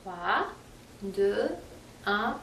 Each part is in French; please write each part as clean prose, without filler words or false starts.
3, 2, 1.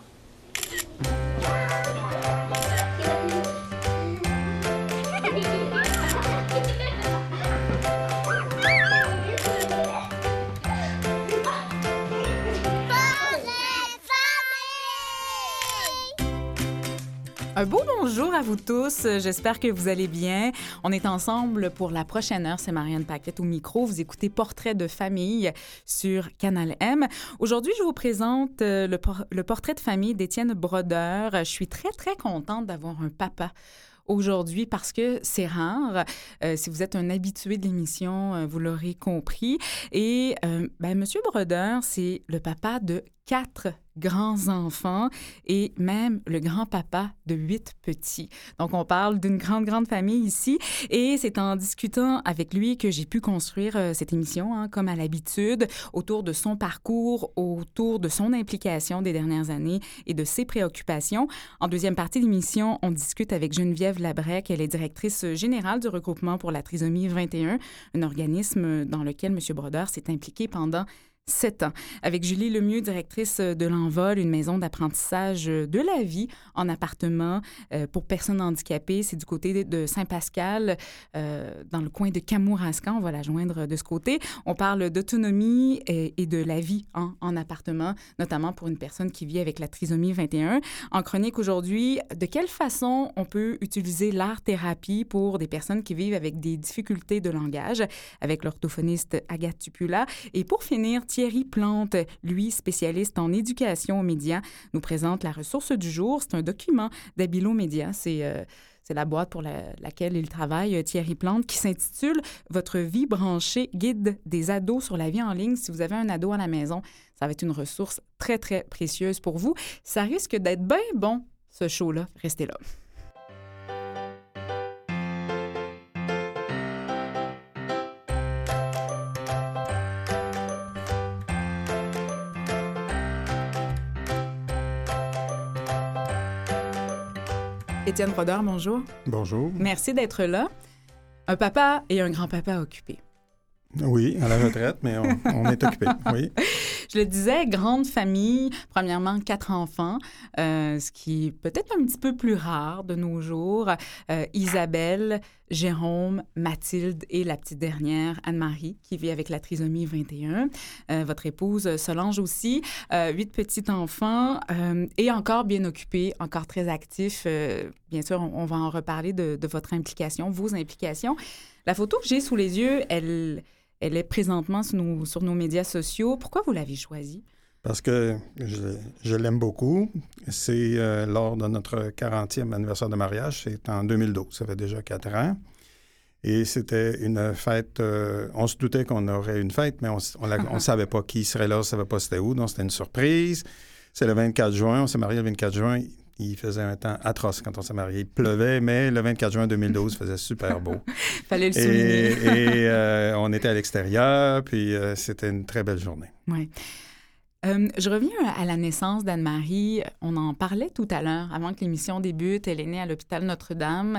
Un beau bonjour à vous tous. J'espère que vous allez bien. On est ensemble pour la prochaine heure. C'est Marianne Paquette au micro. Vous écoutez Portrait de famille sur Canal M. Aujourd'hui, je vous présente le portrait de famille d'Étienne Brodeur. Je suis très, très contente d'avoir un papa aujourd'hui parce que c'est rare. Si vous êtes un habitué de l'émission, vous l'aurez compris. Et Monsieur Brodeur, c'est le papa de 4 grands-enfants et même le grand-papa de 8 petits. Donc, on parle d'une grande, grande famille ici. Et c'est en discutant avec lui que j'ai pu construire cette émission, comme à l'habitude, autour de son parcours, autour de son implication des dernières années et de ses préoccupations. En deuxième partie de l'émission, on discute avec Geneviève Labrec. Elle est directrice générale du regroupement pour la trisomie 21, un organisme dans lequel M. Brodeur s'est impliqué pendant 7 ans. Avec Julie Lemieux, directrice de l'Envol, une maison d'apprentissage de la vie en appartement pour personnes handicapées. C'est du côté de Saint-Pascal, dans le coin de Kamouraska. On va la joindre de ce côté. On parle d'autonomie et de la vie en appartement, notamment pour une personne qui vit avec la trisomie 21. En chronique aujourd'hui, de quelle façon on peut utiliser l'art-thérapie pour des personnes qui vivent avec des difficultés de langage, avec l'orthophoniste Agathe Tupula. Et pour finir, Thierry Plante, lui, spécialiste en éducation aux médias, nous présente la ressource du jour. C'est un document d'Abilo Média. C'est la boîte pour laquelle il travaille, Thierry Plante, qui s'intitule « Votre vie branchée, guide des ados sur la vie en ligne ». Si vous avez un ado à la maison, ça va être une ressource très, très précieuse pour vous. Ça risque d'être bien bon, ce show-là. Restez là. Étienne Brodeur, bonjour. Bonjour. Merci d'être là. Un papa et un grand-papa occupés. Oui, à la retraite, mais on est occupé, oui. Je le disais, grande famille, premièrement 4 enfants, ce qui est peut-être un petit peu plus rare de nos jours. Isabelle, Jérôme, Mathilde et la petite dernière, Anne-Marie, qui vit avec la trisomie 21. Votre épouse, Solange aussi. 8 petits-enfants et encore bien occupés, encore très actifs. Bien sûr, on va en reparler de votre implication, vos implications. La photo que j'ai sous les yeux, elle est présentement sur nos médias sociaux. Pourquoi vous l'avez choisie? Parce que je l'aime beaucoup. C'est lors de notre 40e anniversaire de mariage. C'est en 2012. Ça fait déjà 4 ans. Et c'était une fête. On se doutait qu'on aurait une fête, mais on ne savait pas qui serait là. On ne savait pas c'était où. Donc, c'était une surprise. C'est le 24 juin. On s'est marié le 24 juin. Il faisait un temps atroce quand on s'est marié. Il pleuvait, mais le 24 juin 2012 faisait super beau. Fallait le souligner. Et on était à l'extérieur, puis c'était une très belle journée. Oui. Je reviens à la naissance d'Anne-Marie. On en parlait tout à l'heure, avant que l'émission débute. Elle est née à l'hôpital Notre-Dame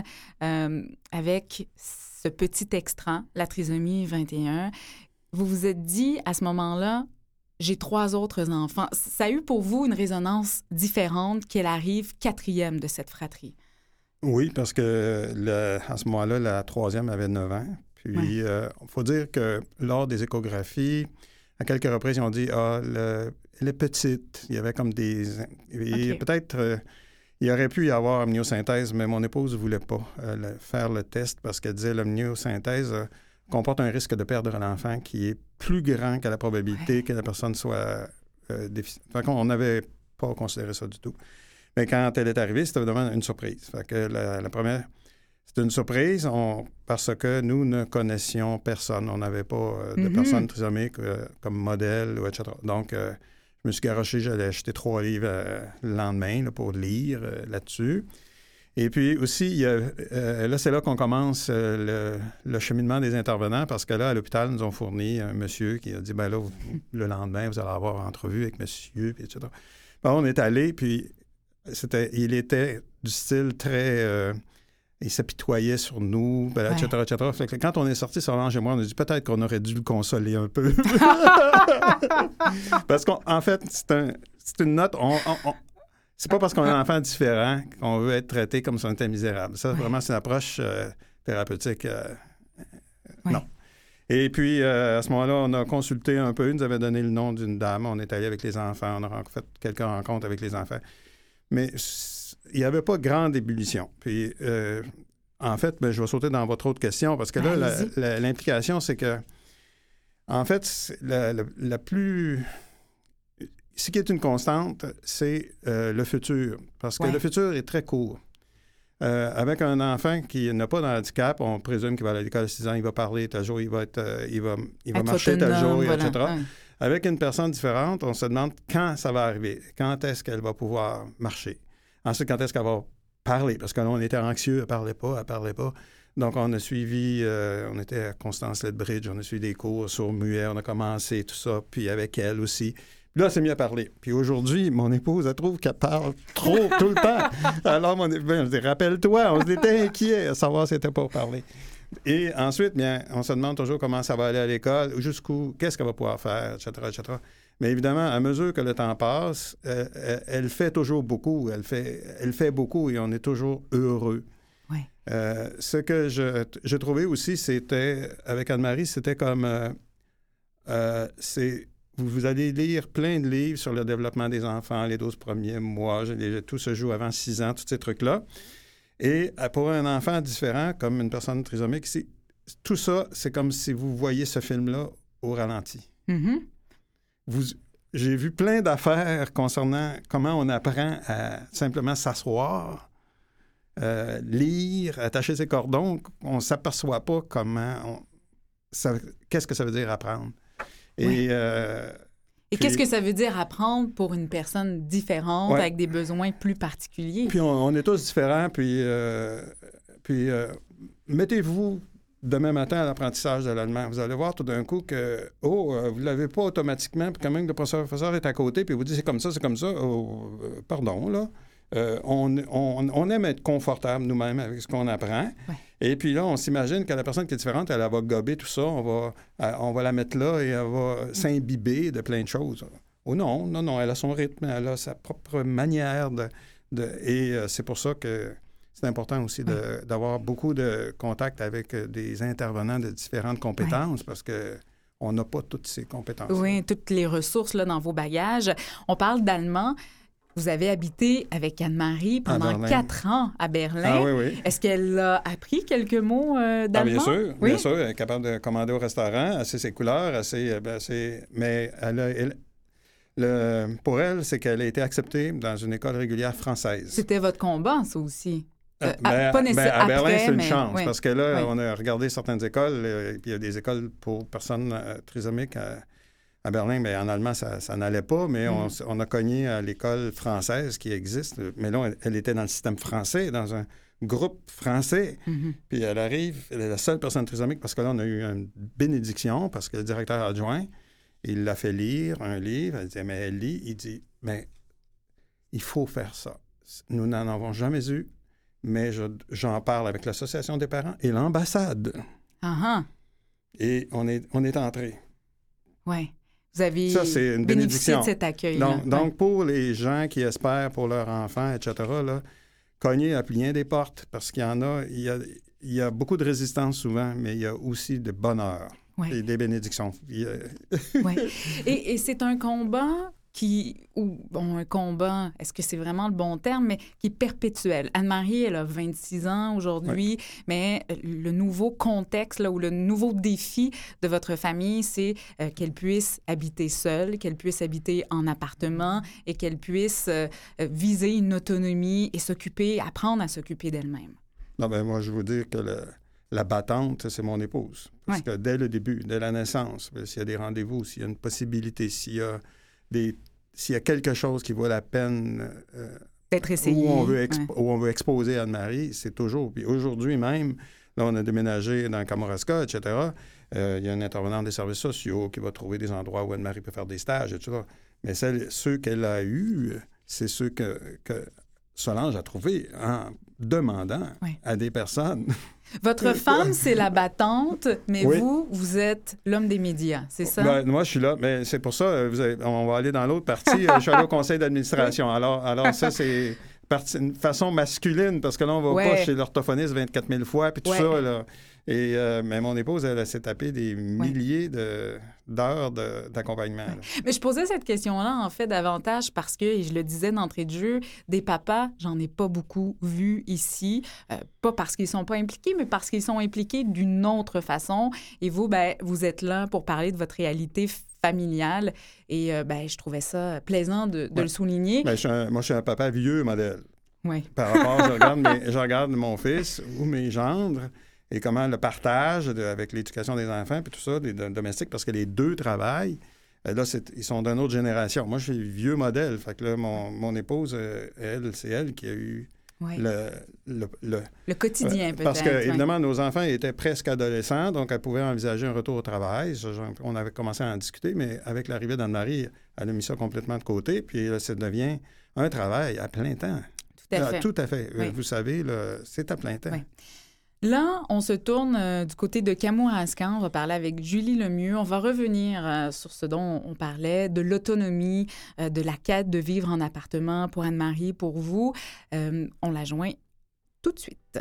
avec ce petit extra, la trisomie 21. Vous vous êtes dit à ce moment-là, j'ai 3 autres enfants. Ça a eu pour vous une résonance différente qu'elle arrive 4e de cette fratrie. Oui, parce que à ce moment-là, la 3e avait 9 ans. Puis, il faut dire que lors des échographies, à quelques reprises, ils ont dit « Ah, elle est petite. » Il y avait comme des... Okay. Peut-être, il aurait pu y avoir amniosynthèse, mais mon épouse ne voulait pas faire le test parce qu'elle disait l'amniosynthèse comporte un risque de perdre l'enfant qui est plus grand que la probabilité que la personne soit déficiente. Fait qu'on n'avait pas considéré ça du tout. Mais quand elle est arrivée, c'était vraiment une surprise. Fait que la première, c'était une surprise parce que nous ne connaissions personne. On n'avait pas de personnes trisomiques comme modèle, ou etc. Donc, je me suis garoché, j'allais acheter 3 livres le lendemain là, pour lire là-dessus. Et puis aussi, là, c'est là qu'on commence le cheminement des intervenants parce que là, à l'hôpital, nous ont fourni un monsieur qui a dit, bien là, le lendemain, vous allez avoir une entrevue avec monsieur, puis etc. Bon, on est allé, puis il était du style très il s'apitoyait sur nous, etc., etc. Fait que quand on est sorti, Solange et moi, on a dit peut-être qu'on aurait dû le consoler un peu. Parce qu'en fait, c'est une note... c'est pas parce qu'on a un enfant différent qu'on veut être traité comme si on était misérable. Ça, vraiment, c'est une approche thérapeutique. Non. Et puis, à ce moment-là, on a consulté un peu. Ils nous avaient donné le nom d'une dame. On est allé avec les enfants. On a fait quelques rencontres avec les enfants. Mais il n'y avait pas grande ébullition. Puis, en fait, je vais sauter dans votre autre question parce que là, l'implication, c'est que, en fait, la plus... Ce qui est une constante, c'est le futur. Parce que le futur est très court. Avec un enfant qui n'a pas de handicap, on présume qu'il va aller à l'école à 6 ans, il va parler, tel jour, il va marcher, tel jour, etc. Ouais. Avec une personne différente, on se demande quand ça va arriver, quand est-ce qu'elle va pouvoir marcher. Ensuite, quand est-ce qu'elle va parler, parce que là, on était anxieux, elle parlait pas. Donc, on a suivi, on était à Constance Lethbridge, on a suivi des cours sur muet, on a commencé tout ça, puis avec elle aussi. Là, elle s'est mise à parler. Puis aujourd'hui, mon épouse, elle trouve qu'elle parle trop tout le temps. Alors, je dis, rappelle-toi, on était inquiets à savoir si c'était pour parler. Et ensuite, bien, on se demande toujours comment ça va aller à l'école, jusqu'où, qu'est-ce qu'elle va pouvoir faire, etc., etc. Mais évidemment, à mesure que le temps passe, elle fait toujours beaucoup. Elle fait beaucoup et on est toujours heureux. Oui. Ce que je trouvais aussi, c'était, avec Anne-Marie, c'était comme... Vous allez lire plein de livres sur le développement des enfants, les 12 premiers mois, tout se joue avant 6 ans, tous ces trucs-là. Et pour un enfant différent, comme une personne trisomique, tout ça, c'est comme si vous voyez ce film-là au ralenti. Mm-hmm. J'ai vu plein d'affaires concernant comment on apprend à simplement s'asseoir, lire, attacher ses cordons. On ne s'aperçoit pas qu'est-ce que ça veut dire apprendre. Et qu'est-ce que ça veut dire apprendre pour une personne différente, avec des besoins plus particuliers? Puis on est tous différents, puis mettez-vous demain matin à l'apprentissage de l'allemand. Vous allez voir tout d'un coup que, vous ne l'avez pas automatiquement, puis quand même le professeur est à côté, puis vous dit c'est comme ça. Pardon, là. On aime être confortable nous-mêmes avec ce qu'on apprend. Ouais. Et puis là, on s'imagine que la personne qui est différente, elle va gober tout ça, on va la mettre là et elle va s'imbiber de plein de choses. Oh non, elle a son rythme, elle a sa propre manière et c'est pour ça que c'est important aussi d'avoir beaucoup de contacts avec des intervenants de différentes compétences parce que on n'a pas toutes ces compétences. Oui, toutes les ressources là, dans vos bagages. On parle d'allemand. Vous avez habité avec Anne-Marie pendant 4 ans à Berlin. Ah oui. Est-ce qu'elle a appris quelques mots d'allemand? Bien sûr, oui? Bien sûr. Elle est capable de commander au restaurant, elle sait ses couleurs, mais pour elle, c'est qu'elle a été acceptée dans une école régulière française. C'était votre combat, ça aussi? Pas nécessairement à Berlin, c'est une chance, parce que là, on a regardé certaines écoles, puis il y a des écoles pour personnes trisomiques à Berlin, mais en allemand, ça n'allait pas, mais on a cogné à l'école française qui existe. Mais là, elle était dans le système français, dans un groupe français. Mm-hmm. Puis elle arrive, elle est la seule personne trisomique, parce que là, on a eu une bénédiction, parce que le directeur adjoint, il l'a fait lire un livre. Elle disait, mais elle lit. Il dit, mais il faut faire ça. Nous n'en avons jamais eu, mais j'en parle avec l'Association des parents et l'ambassade. Uh-huh. Et on est entré. Oui. Vous avez c'est une bénédiction de cet accueil. Donc, pour les gens qui espèrent pour leur enfant, etc., là, cogner à bien des portes, parce qu'il y en a, il y a beaucoup de résistance souvent, mais il y a aussi de bonheur et des bénédictions. Oui. Et c'est un combat un combat, est-ce que c'est vraiment le bon terme, mais qui est perpétuel. Anne-Marie, elle a 26 ans aujourd'hui, mais le nouveau contexte là, ou le nouveau défi de votre famille, c'est qu'elle puisse habiter seule, qu'elle puisse habiter en appartement et qu'elle puisse viser une autonomie et apprendre à s'occuper d'elle-même. Non, ben moi, je veux dire que la battante, c'est mon épouse. Parce que dès le début, dès la naissance, s'il y a des rendez-vous, s'il y a une possibilité, s'il y a quelque chose qui vaut la peine d'être essayé, où on veut exposer Anne-Marie, c'est toujours. Puis aujourd'hui même, là, on a déménagé dans Kamouraska, etc. Il y a un intervenant des services sociaux qui va trouver des endroits où Anne-Marie peut faire des stages, etc. Mais ceux qu'elle a eus, c'est ceux Solange a trouvé en demandant à des personnes. Votre femme, c'est la battante, mais Oui. vous êtes l'homme des médias, c'est ça? Ben, moi, je suis là, mais c'est pour ça, on va aller dans l'autre partie. Je suis allé au conseil d'administration. Alors ça, c'est une façon masculine, parce que là, on va pas chez l'orthophoniste 24 000 fois, puis tout ça, là. Et, mais mon épouse, elle s'est tapé des milliers d'heures d'accompagnement. Mais je posais cette question-là, en fait, davantage parce que, et je le disais d'entrée de jeu, des papas, j'en ai pas beaucoup vu ici. Pas parce qu'ils sont pas impliqués, mais parce qu'ils sont impliqués d'une autre façon. Et vous, ben, vous êtes là pour parler de votre réalité familiale. Et ben, je trouvais ça plaisant de le souligner. Ben, moi, je suis un papa vieux modèle. Oui. Par rapport, je regarde mon fils ou mes gendres, et comment le partage avec l'éducation des enfants, puis tout ça, des domestiques, parce que les deux travaillent. Là, ils sont d'une autre génération. Moi, je suis vieux modèle. Fait que là, mon épouse, c'est elle qui a eu le quotidien, peut-être. Parce que, évidemment, nos enfants étaient presque adolescents, donc elle pouvait envisager un retour au travail. On avait commencé à en discuter, mais avec l'arrivée d'Anne-Marie, elle a mis ça complètement de côté, puis là, ça devient un travail à plein temps. Tout à fait. Tout à fait. Oui. Vous savez, là, c'est à plein temps. Oui. Là, on se tourne du côté de Kamouraska. On va parler avec Julie Lemieux. On va revenir sur ce dont on parlait, de l'autonomie, de la quête de vivre en appartement pour Anne-Marie, pour vous. On la joint tout de suite.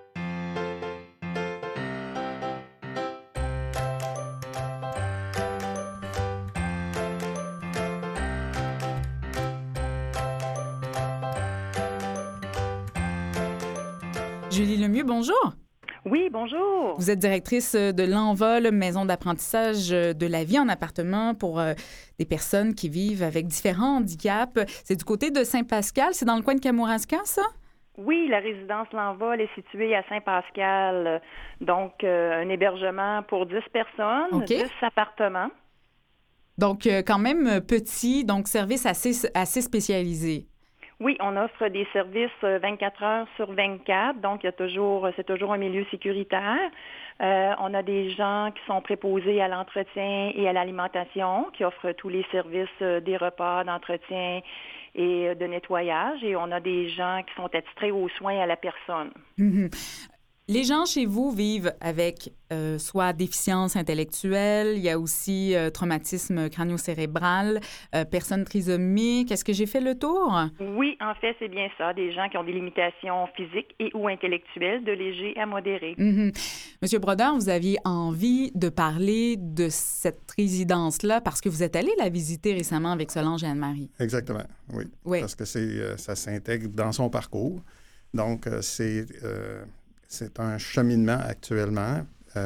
Julie Lemieux, bonjour. Oui, bonjour. Vous êtes directrice de l'Envol, maison d'apprentissage de la vie en appartement pour des personnes qui vivent avec différents handicaps. C'est du côté de Saint-Pascal, c'est dans le coin de Kamouraska, ça? Oui, la résidence L'Envol est située à Saint-Pascal, donc un hébergement pour 10 personnes, 10 appartements. Donc, quand même petit, donc service assez spécialisé. Oui, on offre des services 24 heures sur 24, donc c'est toujours un milieu sécuritaire. On a des gens qui sont préposés à l'entretien et à l'alimentation, qui offrent tous les services des repas, d'entretien et de nettoyage. Et on a des gens qui sont attitrés aux soins à la personne. Mm-hmm. Les gens chez vous vivent avec soit déficience intellectuelle, il y a aussi traumatisme crânio-cérébral, personnes trisomiques. Est-ce que j'ai fait le tour? Oui, en fait, c'est bien ça. Des gens qui ont des limitations physiques et ou intellectuelles de léger à modéré. Mm-hmm. Monsieur Brodeur, vous aviez envie de parler de cette résidence-là parce que vous êtes allé la visiter récemment avec Solange et Anne-Marie. Exactement, oui. Parce que ça s'intègre dans son parcours. Donc, c'est un cheminement actuellement,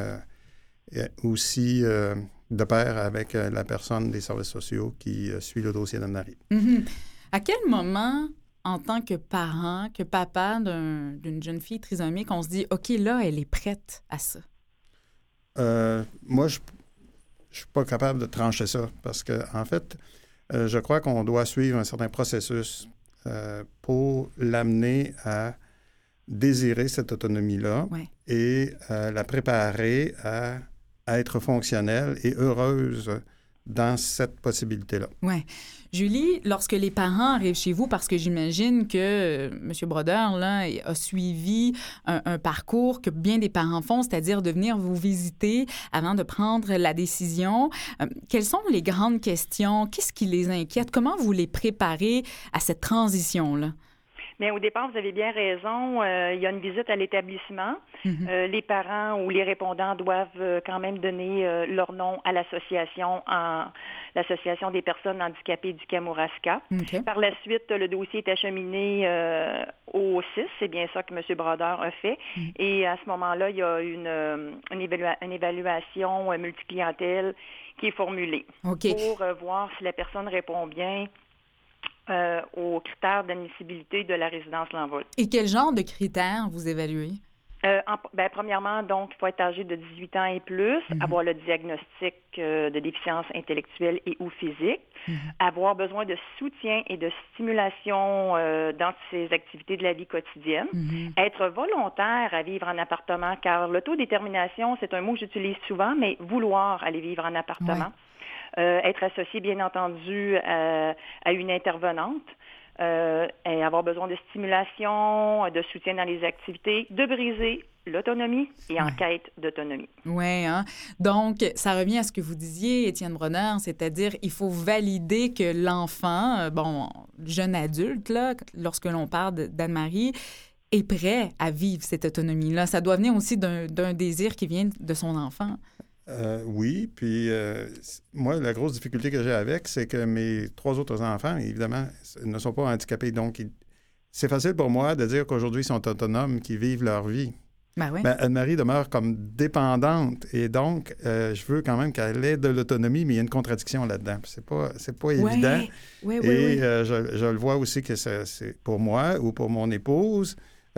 aussi de pair avec la personne des services sociaux qui suit le dossier d'Anne-Marie. Mm-hmm. À quel moment, en tant que parent, que papa d'une jeune fille trisomique, on se dit, OK, là, elle est prête à ça? Moi, je ne suis pas capable de trancher ça parce que, en fait, je crois qu'on doit suivre un certain processus pour l'amener à désirer cette autonomie-là et la préparer à être fonctionnelle et heureuse dans cette possibilité-là. Oui. Julie, lorsque les parents arrivent chez vous, parce que j'imagine que M. Brodeur là, a suivi un parcours que bien des parents font, c'est-à-dire de venir vous visiter avant de prendre la décision, quelles sont les grandes questions? Qu'est-ce qui les inquiète? Comment vous les préparez à cette transition-là? Bien, au départ, vous avez bien raison. Il y a une visite à l'établissement. Mm-hmm. Les parents ou les répondants doivent quand même donner leur nom à l'association des personnes handicapées du Kamouraska. Okay. Par la suite, le dossier est acheminé au CIS. C'est bien ça que M. Brodeur a fait. Mm-hmm. Et à ce moment-là, il y a une évaluation multiclientèle qui est formulée pour voir si la personne répond bien aux critères d'admissibilité de la résidence L'Envol. Et quel genre de critères vous évaluez? Premièrement, donc, il faut être âgé de 18 ans et plus, avoir le diagnostic de déficience intellectuelle et ou physique, avoir besoin de soutien et de stimulation dans ses activités de la vie quotidienne, être volontaire à vivre en appartement, car l'autodétermination, c'est un mot que j'utilise souvent, mais vouloir aller vivre en appartement. Être associé, bien entendu, à une intervenante. et avoir besoin de stimulation, de soutien dans les activités, de briser l'autonomie et en quête d'autonomie. Oui, hein? Donc, ça revient à ce que vous disiez, Étienne Bronner, c'est-à-dire il faut valider que l'enfant, jeune adulte, là, lorsque l'on parle d'Anne-Marie, est prêt à vivre cette autonomie-là. Ça doit venir aussi d'un désir qui vient de son enfant. Oui, puis moi, la grosse difficulté que j'ai avec, c'est que mes 3 autres enfants, évidemment, ne sont pas handicapés. Donc, c'est facile pour moi de dire qu'aujourd'hui, ils sont autonomes, qu'ils vivent leur vie. Ben oui. Ben, Anne-Marie demeure comme dépendante et donc, je veux quand même qu'elle ait de l'autonomie, mais il y a une contradiction là-dedans. C'est pas évident. Oui, et je le vois aussi que c'est pour moi ou pour mon épouse,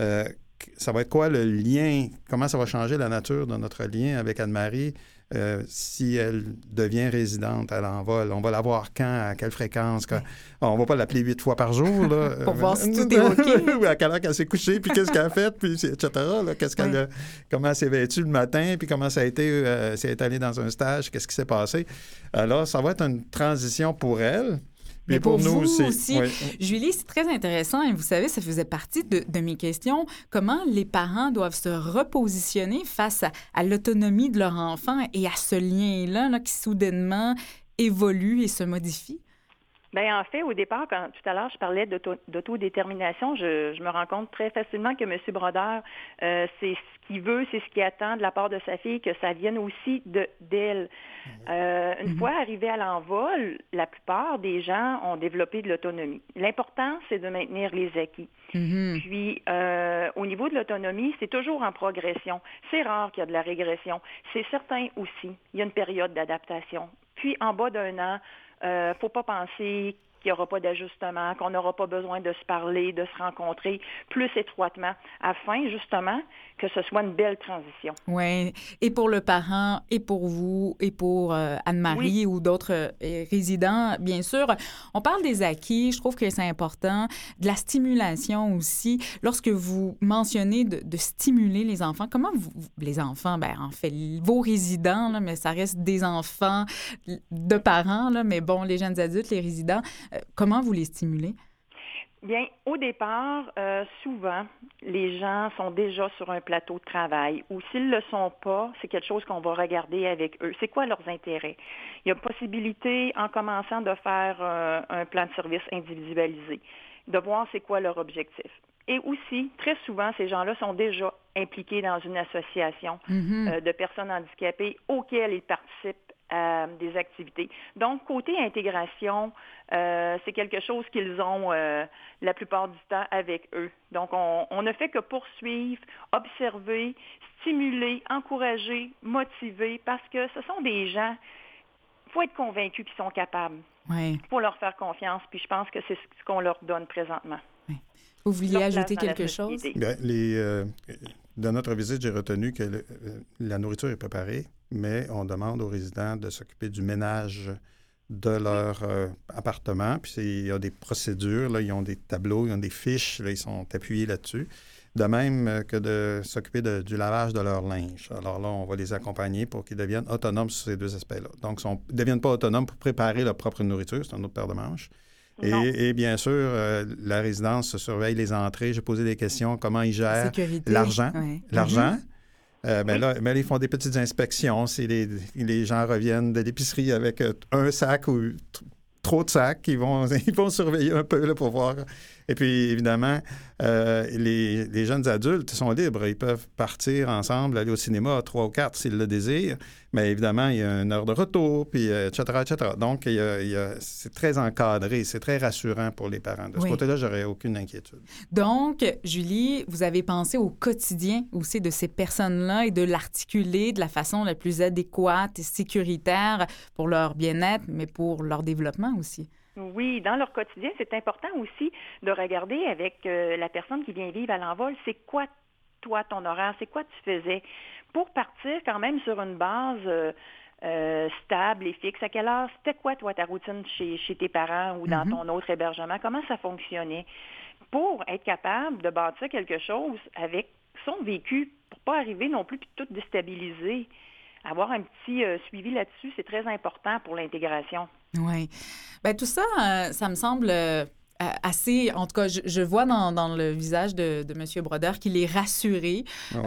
ça va être quoi le lien? Comment ça va changer la nature de notre lien avec Anne-Marie si elle devient résidente à l'envol? On va la voir quand? À quelle fréquence? On ne va pas l'appeler 8 fois par jour. Là. Pour voir si tout est OK. À quelle heure qu'elle s'est couchée, puis qu'est-ce qu'elle a fait, puis etc. Là, comment elle s'est vêtue le matin, puis comment ça a été, si elle est allée dans un stage, qu'est-ce qui s'est passé. Alors, ça va être une transition pour elle. Mais pour nous aussi. Oui. Julie, c'est très intéressant et vous savez, ça faisait partie de mes questions. Comment les parents doivent se repositionner face à l'autonomie de leur enfant et à ce lien-là là, qui soudainement évolue et se modifie? Bien, en fait, au départ, quand tout à l'heure, je parlais d'autodétermination, je me rends compte très facilement que M. Brodeur, c'est ce qu'il veut, c'est ce qu'il attend de la part de sa fille, que ça vienne aussi d'elle. Une fois arrivé à l'envol, la plupart des gens ont développé de l'autonomie. L'important, c'est de maintenir les acquis. Puis, au niveau de l'autonomie, c'est toujours en progression. C'est rare qu'il y a de la régression. C'est certain aussi, il y a une période d'adaptation. Puis, en bas d'1 an, faut pas penser qu'il n'y aura pas d'ajustement, qu'on n'aura pas besoin de se parler, de se rencontrer plus étroitement, afin justement que ce soit une belle transition. Oui, et pour le parent, et pour vous, et pour Anne-Marie ou d'autres résidents, bien sûr. On parle des acquis, je trouve que c'est important, de la stimulation aussi. Lorsque vous mentionnez de stimuler les enfants, comment les enfants, en fait, vos résidents, là, mais ça reste des enfants de parents, là, mais bon, les jeunes adultes, les résidents, comment vous les stimulez? Bien, au départ, souvent, les gens sont déjà sur un plateau de travail ou s'ils ne le sont pas, c'est quelque chose qu'on va regarder avec eux. C'est quoi leurs intérêts? Il y a possibilité, en commençant, de faire un plan de service individualisé, de voir c'est quoi leur objectif. Et aussi, très souvent, ces gens-là sont déjà impliqués dans une association de personnes handicapées auxquelles ils participent à des activités. Donc, côté intégration, c'est quelque chose qu'ils ont la plupart du temps avec eux. Donc, on ne fait que poursuivre, observer, stimuler, encourager, motiver, parce que ce sont des gens, il faut être convaincu qu'ils sont capables. Oui. Il faut leur faire confiance, puis je pense que c'est ce qu'on leur donne présentement. Oui. Vous vouliez ajouter quelque chose? Bien, dans notre visite, j'ai retenu que la nourriture est préparée, mais on demande aux résidents de s'occuper du ménage de leur appartement. Puis il y a des procédures, là, ils ont des tableaux, ils ont des fiches, là, ils sont appuyés là-dessus. De même que de s'occuper du lavage de leur linge. Alors là, on va les accompagner pour qu'ils deviennent autonomes sur ces 2 aspects-là. Donc, ils ne deviennent pas autonomes pour préparer leur propre nourriture, c'est un autre paire de manches. Et bien sûr, la résidence surveille les entrées. J'ai posé des questions, comment ils gèrent l'argent. Oui. L'argent. Là, ils font des petites inspections. Si les gens reviennent de l'épicerie avec un sac ou trop de sacs, ils vont surveiller un peu là, pour voir. Et puis, évidemment, les jeunes adultes sont libres. Ils peuvent partir ensemble, aller au cinéma à 3 ou 4 s'ils le désirent. Mais évidemment, il y a une heure de retour, puis etc., etc. Donc, c'est très encadré. C'est très rassurant pour les parents. De ce côté-là, j'aurais aucune inquiétude. Donc, Julie, vous avez pensé au quotidien aussi de ces personnes-là et de l'articuler de la façon la plus adéquate et sécuritaire pour leur bien-être, mais pour leur développement aussi. Oui, dans leur quotidien, c'est important aussi de regarder avec la personne qui vient vivre à l'envol, c'est quoi, toi, ton horaire, c'est quoi tu faisais pour partir quand même sur une base stable et fixe. À quelle heure, c'était quoi, toi, ta routine chez tes parents ou dans ton autre hébergement? Comment ça fonctionnait? Pour être capable de bâtir quelque chose avec son vécu, pour pas arriver non plus puis tout déstabiliser. Avoir un petit suivi là-dessus, c'est très important pour l'intégration. Oui. Bien, tout ça, ça me semble assez... En tout cas, je vois dans le visage de M. Brodeur qu'il est rassuré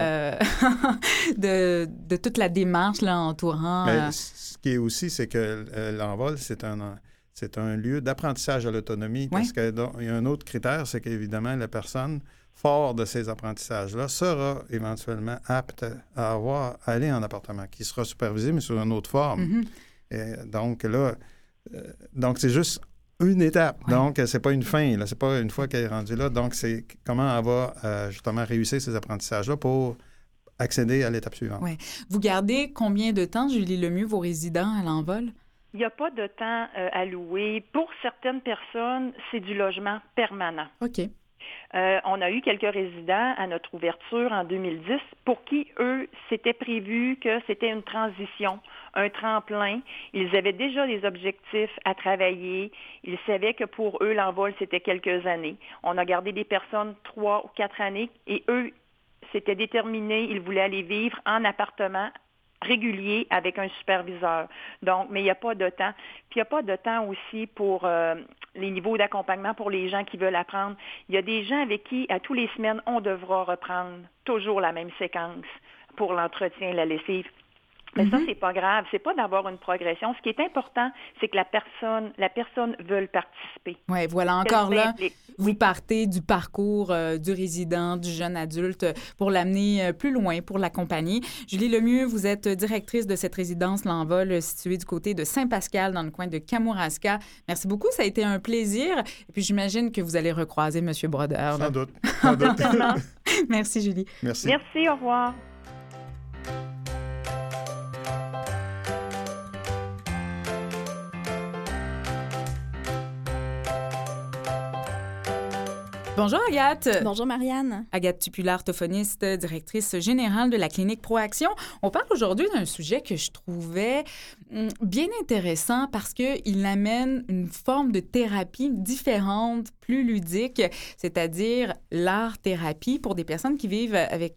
de toute la démarche là, entourant... Mais ce qui est aussi, c'est que l'envol, c'est un lieu d'apprentissage à l'autonomie. Parce qu'il y a un autre critère, c'est qu'évidemment, la personne, fort de ces apprentissages-là, sera éventuellement apte à aller en appartement, qui sera supervisé, mais sous une autre forme. Et donc là, c'est juste une étape. Ouais. Donc, c'est pas une fin. Là. C'est pas une fois qu'elle est rendue là. Donc, c'est comment elle va justement réussir ces apprentissages-là pour accéder à l'étape suivante. Ouais. Vous gardez combien de temps, Julie Lemieux, vos résidents à l'envol? Il n'y a pas de temps alloué. Pour certaines personnes, c'est du logement permanent. OK. On a eu quelques résidents à notre ouverture en 2010 pour qui, eux, c'était prévu que c'était une transition, un tremplin. Ils avaient déjà des objectifs à travailler. Ils savaient que pour eux, l'envol, c'était quelques années. On a gardé des personnes 3 ou 4 années et eux, c'était déterminé. Ils voulaient aller vivre en appartement régulier avec un superviseur. Donc, mais il n'y a pas de temps. Puis il n'y a pas de temps aussi pour les niveaux d'accompagnement pour les gens qui veulent apprendre. Il y a des gens avec qui, à tous les semaines, on devra reprendre toujours la même séquence pour l'entretien et la lessive. Mais ça, c'est pas grave. C'est pas d'avoir une progression. Ce qui est important, c'est que la personne veuille participer. Oui, voilà, encore là, vous partez du parcours du résident, du jeune adulte pour l'amener plus loin, pour l'accompagner. Julie Lemieux, vous êtes directrice de cette résidence L'Envol située du côté de Saint-Pascal, dans le coin de Kamouraska. Merci beaucoup, ça a été un plaisir. Et puis, j'imagine que vous allez recroiser M. Brodeur. Sans doute. Sans doute. Merci, Julie. Merci. Merci, au revoir. Bonjour Agathe. Bonjour Marianne. Agathe Tupular, orthophoniste, directrice générale de la clinique Proaction. On parle aujourd'hui d'un sujet que je trouvais bien intéressant parce qu'il amène une forme de thérapie différente, plus ludique, c'est-à-dire l'art-thérapie pour des personnes qui vivent avec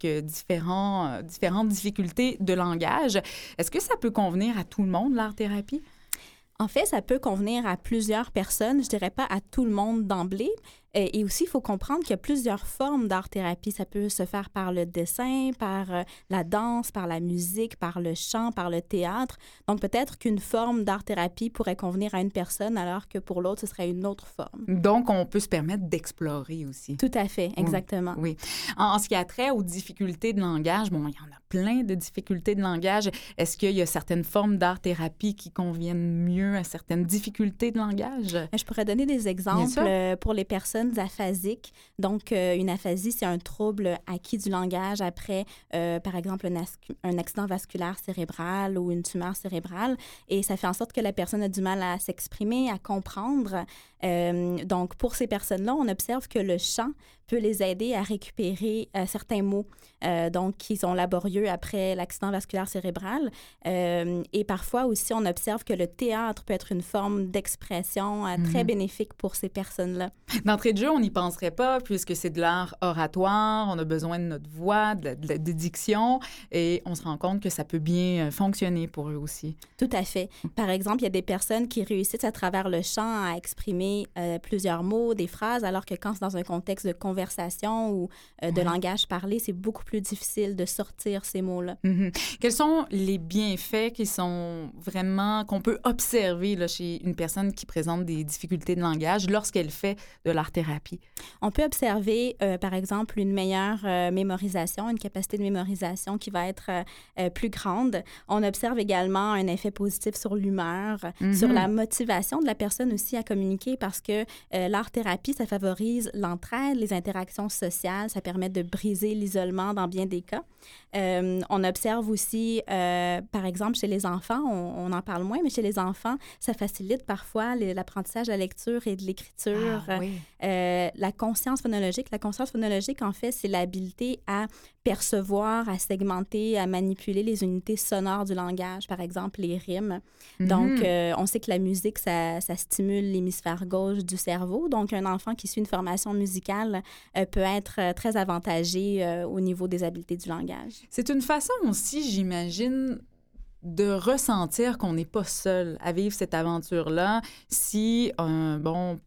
différentes difficultés de langage. Est-ce que ça peut convenir à tout le monde, l'art-thérapie? En fait, ça peut convenir à plusieurs personnes, je dirais pas à tout le monde d'emblée. Et aussi, il faut comprendre qu'il y a plusieurs formes d'art-thérapie. Ça peut se faire par le dessin, par la danse, par la musique, par le chant, par le théâtre. Donc, peut-être qu'une forme d'art-thérapie pourrait convenir à une personne, alors que pour l'autre, ce serait une autre forme. Donc, on peut se permettre d'explorer aussi. Tout à fait, exactement. Oui. En ce qui a trait aux difficultés de langage, bon, il y en a plein de difficultés de langage. Est-ce qu'il y a certaines formes d'art-thérapie qui conviennent mieux à certaines difficultés de langage? Je pourrais donner des exemples pour les personnes aphasiques. Donc, une aphasie, c'est un trouble acquis du langage après, par exemple, un accident vasculaire cérébral ou une tumeur cérébrale. Et ça fait en sorte que la personne a du mal à s'exprimer, à comprendre. Donc, pour ces personnes-là, on observe que le chant peut les aider à récupérer certains mots donc qui sont laborieux après l'accident vasculaire cérébral. Et parfois aussi, on observe que le théâtre peut être une forme d'expression très bénéfique pour ces personnes-là. D'entrée de jeu, on n'y penserait pas puisque c'est de l'art oratoire, on a besoin de notre voix, de diction et on se rend compte que ça peut bien fonctionner pour eux aussi. Tout à fait. Par exemple, il y a des personnes qui réussissent à travers le chant à exprimer plusieurs mots, des phrases, alors que quand c'est dans un contexte de conversation ou de langage parlé, c'est beaucoup plus difficile de sortir ces mots-là. Quels sont les bienfaits qu'on peut observer là, chez une personne qui présente des difficultés de langage lorsqu'elle fait de l'art-thérapie? On peut observer, par exemple, une meilleure mémorisation, une capacité de mémorisation qui va être plus grande. On observe également un effet positif sur l'humeur, sur la motivation de la personne aussi à communiquer parce que l'art-thérapie, ça favorise l'entraide, les interactions sociales, ça permet de briser l'isolement dans bien des cas. On observe aussi, par exemple, chez les enfants, on en parle moins, mais chez les enfants, ça facilite parfois l'apprentissage de la lecture et de l'écriture. Ah, oui. La conscience phonologique. La conscience phonologique, en fait, c'est l'habilité à percevoir, à segmenter, à manipuler les unités sonores du langage, par exemple les rimes. Donc, on sait que la musique, ça stimule l'hémisphère gauche du cerveau. Donc, un enfant qui suit une formation musicale peut être très avantagé au niveau des habiletés du langage. C'est une façon aussi, j'imagine, de ressentir qu'on n'est pas seul à vivre cette aventure-là si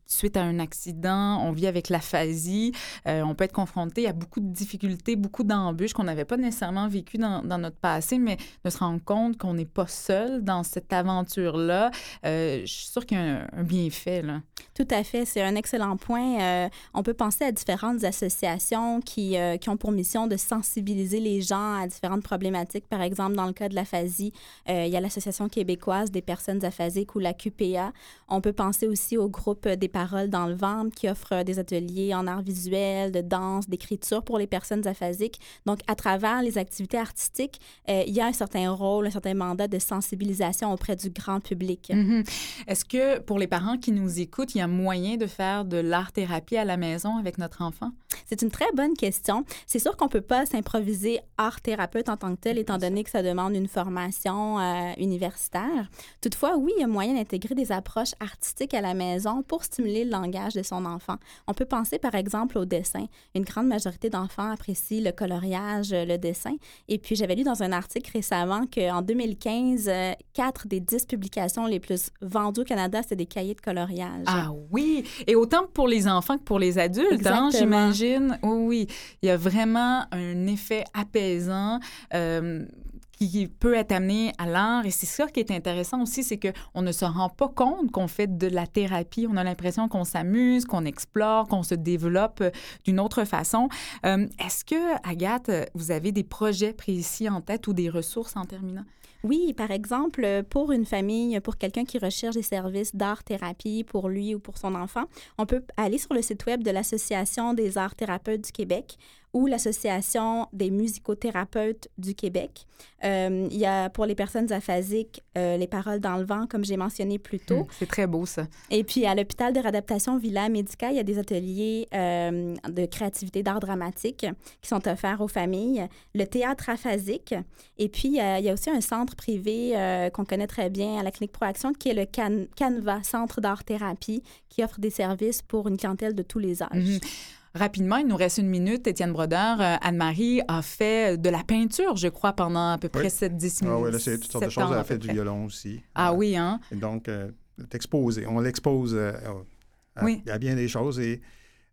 suite à un accident, on vit avec l'aphasie, on peut être confronté à beaucoup de difficultés, beaucoup d'embûches qu'on n'avait pas nécessairement vécues dans notre passé, mais de se rendre compte qu'on n'est pas seul dans cette aventure-là, je suis sûre qu'il y a un bienfait, là. Tout à fait, c'est un excellent point. On peut penser à différentes associations qui ont pour mission de sensibiliser les gens à différentes problématiques. Par exemple, dans le cas de l'aphasie, il y a l'Association québécoise des personnes aphasiques ou la QPA. On peut penser aussi au groupe des Paroles dans le ventre qui offre des ateliers en arts visuels, de danse, d'écriture pour les personnes aphasiques. Donc, à travers les activités artistiques, il y a un certain rôle, un certain mandat de sensibilisation auprès du grand public. Mm-hmm. Est-ce que pour les parents qui nous écoutent, il y a moyen de faire de l'art-thérapie à la maison avec notre enfant? C'est une très bonne question. C'est sûr qu'on ne peut pas s'improviser art-thérapeute en tant que tel, étant donné que ça demande une formation universitaire. Toutefois, oui, il y a moyen d'intégrer des approches artistiques à la maison pour stimuler le langage de son enfant. On peut penser, par exemple, au dessin. Une grande majorité d'enfants apprécient le coloriage, le dessin. Et puis, j'avais lu dans un article récemment qu'en 2015, 4 des 10 publications les plus vendues au Canada, c'était des cahiers de coloriage. Ah oui! Et autant pour les enfants que pour les adultes, hein, j'imagine. Oui, il y a vraiment un effet apaisant qui peut être amené à l'art. Et c'est ça qui est intéressant aussi, c'est qu'on ne se rend pas compte qu'on fait de la thérapie. On a l'impression qu'on s'amuse, qu'on explore, qu'on se développe d'une autre façon. Est-ce que, Agathe, vous avez des projets précis en tête ou des ressources en terminant? Oui, par exemple, pour une famille, pour quelqu'un qui recherche des services d'art-thérapie pour lui ou pour son enfant, on peut aller sur le site web de l'Association des arts-thérapeutes du Québec ou l'Association des musicothérapeutes du Québec. Il y a pour les personnes aphasiques les Paroles dans le vent, comme j'ai mentionné plus tôt. C'est très beau, ça. Et puis, à l'hôpital de réadaptation Villa Medica, il y a des ateliers de créativité d'art dramatique qui sont offerts aux familles. Le théâtre aphasique. Et puis, il y a aussi un centre privé qu'on connaît très bien à la Clinique Proaction, qui est le Canva, Centre d'art-thérapie, qui offre des services pour une clientèle de tous les âges. Mm-hmm. Rapidement, il nous reste une minute. Étienne Brodeur, Anne-Marie a fait de la peinture, je crois, pendant à peu près 7-10 minutes. Ah oui, elle a fait toutes sortes de choses. Elle a fait du violon aussi. Ah oui, hein? Et donc, exposé. On l'expose à bien des choses. Et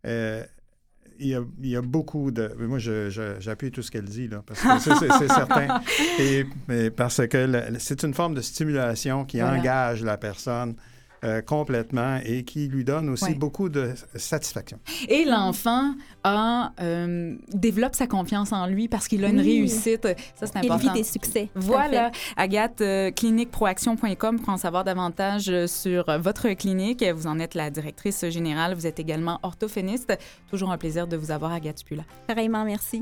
il y a beaucoup de... Moi, j'appuie tout ce qu'elle dit, là, parce que c'est certain. Mais parce que c'est une forme de stimulation qui engage la personne complètement et qui lui donne aussi beaucoup de satisfaction. Et l'enfant développe sa confiance en lui parce qu'il a une réussite. Ça, c'est important. Il vit des succès. Voilà. Agathe, cliniqueproaction.com pour en savoir davantage sur votre clinique. Vous en êtes la directrice générale. Vous êtes également orthophoniste. Toujours un plaisir de vous avoir, Agathe Spula. Pareillement, merci.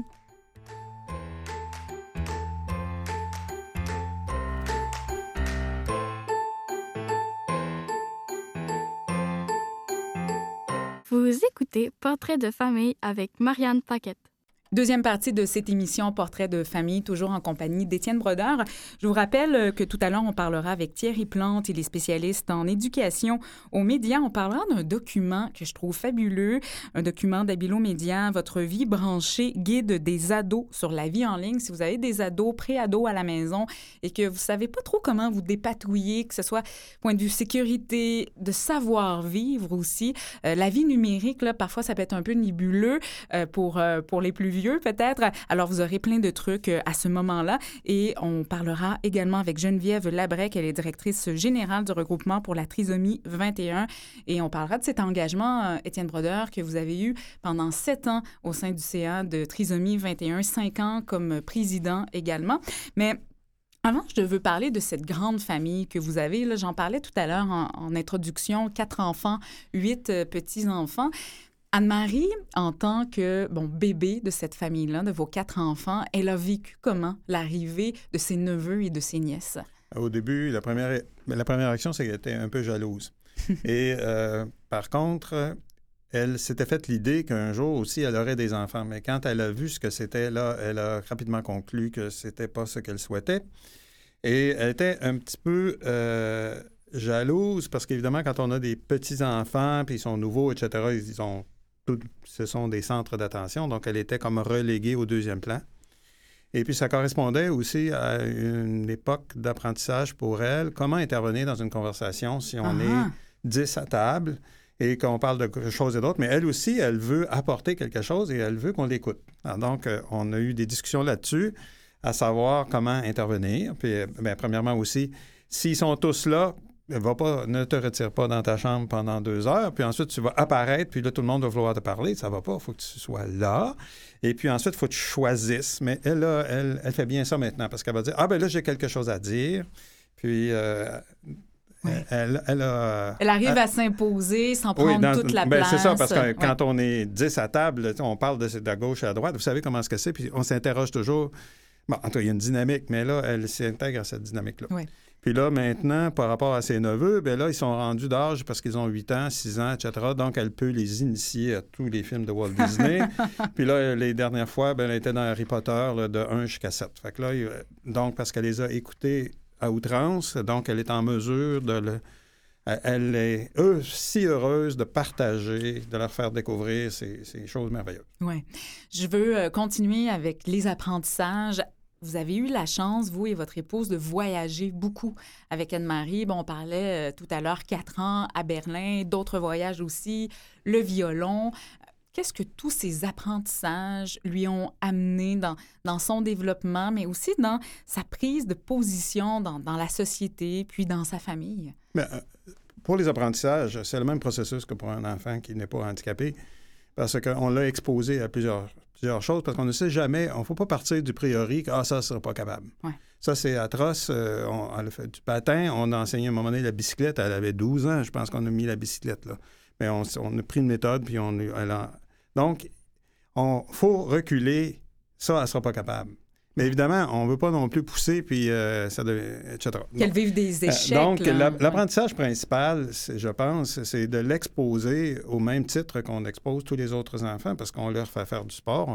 Vous écoutez Portrait de famille avec Marianne Paquette. Deuxième partie de cette émission Portrait de famille, toujours en compagnie d'Étienne Brodeur. Je vous rappelle que tout à l'heure, on parlera avec Thierry Plante. Il est spécialiste en éducation aux médias. On parlera d'un document que je trouve fabuleux, un document d'Abilo Média, Votre vie branchée, guide des ados sur la vie en ligne. Si vous avez des ados, pré-ados à la maison et que vous ne savez pas trop comment vous dépatouiller, que ce soit point de vue sécurité, de savoir-vivre aussi, la vie numérique, là, parfois, ça peut être un peu nébuleux pour les plus vieux peut-être. Alors, vous aurez plein de trucs à ce moment-là. Et on parlera également avec Geneviève Labrec. Elle est directrice générale du regroupement pour la trisomie 21. Et on parlera de cet engagement, Étienne Brodeur, que vous avez eu pendant 7 ans au sein du CA de trisomie 21, 5 ans comme président également. Mais avant, je veux parler de cette grande famille que vous avez. Là, j'en parlais tout à l'heure en introduction. 4 enfants, 8 petits-enfants. Anne-Marie, en tant que bébé de cette famille-là, de vos 4 enfants, elle a vécu comment l'arrivée de ses neveux et de ses nièces? Au début, la première action, c'est qu'elle était un peu jalouse. Et par contre, elle s'était faite l'idée qu'un jour aussi, elle aurait des enfants. Mais quand elle a vu ce que c'était, là, elle a rapidement conclu que c'était pas ce qu'elle souhaitait. Et elle était un petit peu jalouse parce qu'évidemment, quand on a des petits-enfants, puis ils sont nouveaux, etc., ce sont des centres d'attention, donc elle était comme reléguée au deuxième plan. Et puis, ça correspondait aussi à une époque d'apprentissage pour elle. Comment intervenir dans une conversation si on est 10 à table et qu'on parle de choses et d'autres, mais elle aussi, elle veut apporter quelque chose et elle veut qu'on l'écoute. Alors, donc, on a eu des discussions là-dessus, à savoir comment intervenir. Puis, premièrement aussi, s'ils sont tous là, ne te retire pas dans ta chambre pendant 2 heures, puis ensuite, tu vas apparaître, puis là, tout le monde va vouloir te parler. Ça va pas, il faut que tu sois là. Et puis ensuite, il faut que tu choisisses. Mais elle, là, elle fait bien ça maintenant, parce qu'elle va dire, ah ben là, j'ai quelque chose à dire. Puis... Elle arrive à s'imposer sans prendre toute la place. C'est ça, parce que quand on est 10 à table, on parle de gauche à droite, vous savez comment est-ce que c'est, puis on s'interroge toujours. Bon, en tout cas, il y a une dynamique, mais là, elle s'intègre à cette dynamique-là. Oui. Puis là, maintenant, par rapport à ses neveux, bien là, ils sont rendus d'âge parce qu'ils ont 8 ans, 6 ans, etc. Donc, elle peut les initier à tous les films de Walt Disney. Puis là, les dernières fois, bien, elle était dans Harry Potter là, de 1 jusqu'à 7. Fait que là, donc, parce qu'elle les a écoutés à outrance, donc elle est en mesure elle est si heureuse de partager, de leur faire découvrir ces choses merveilleuses. Oui. Je veux continuer avec les apprentissages. Vous avez eu la chance, vous et votre épouse, de voyager beaucoup avec Anne-Marie. Bon, on parlait tout à l'heure 4 ans à Berlin, d'autres voyages aussi, le violon. Qu'est-ce que tous ces apprentissages lui ont amené dans son développement, mais aussi dans sa prise de position dans la société, puis dans sa famille? Bien, pour les apprentissages, c'est le même processus que pour un enfant qui n'est pas handicapé, parce qu'on l'a exposé à plusieurs choses, parce qu'on ne sait jamais, on ne faut pas partir du priori que ça ne sera pas capable. Ouais. Ça, c'est atroce. Elle a fait du patin, on a enseigné à un moment donné la bicyclette, elle avait 12 ans, je pense qu'on a mis la bicyclette là. Mais on a pris une méthode, puis donc, il faut reculer. Ça, elle ne sera pas capable. Mais évidemment, on ne veut pas non plus pousser, puis etc. Qu'elle vive des échecs. Donc, l'apprentissage principal, je pense, c'est de l'exposer au même titre qu'on expose tous les autres enfants, parce qu'on leur fait faire du sport,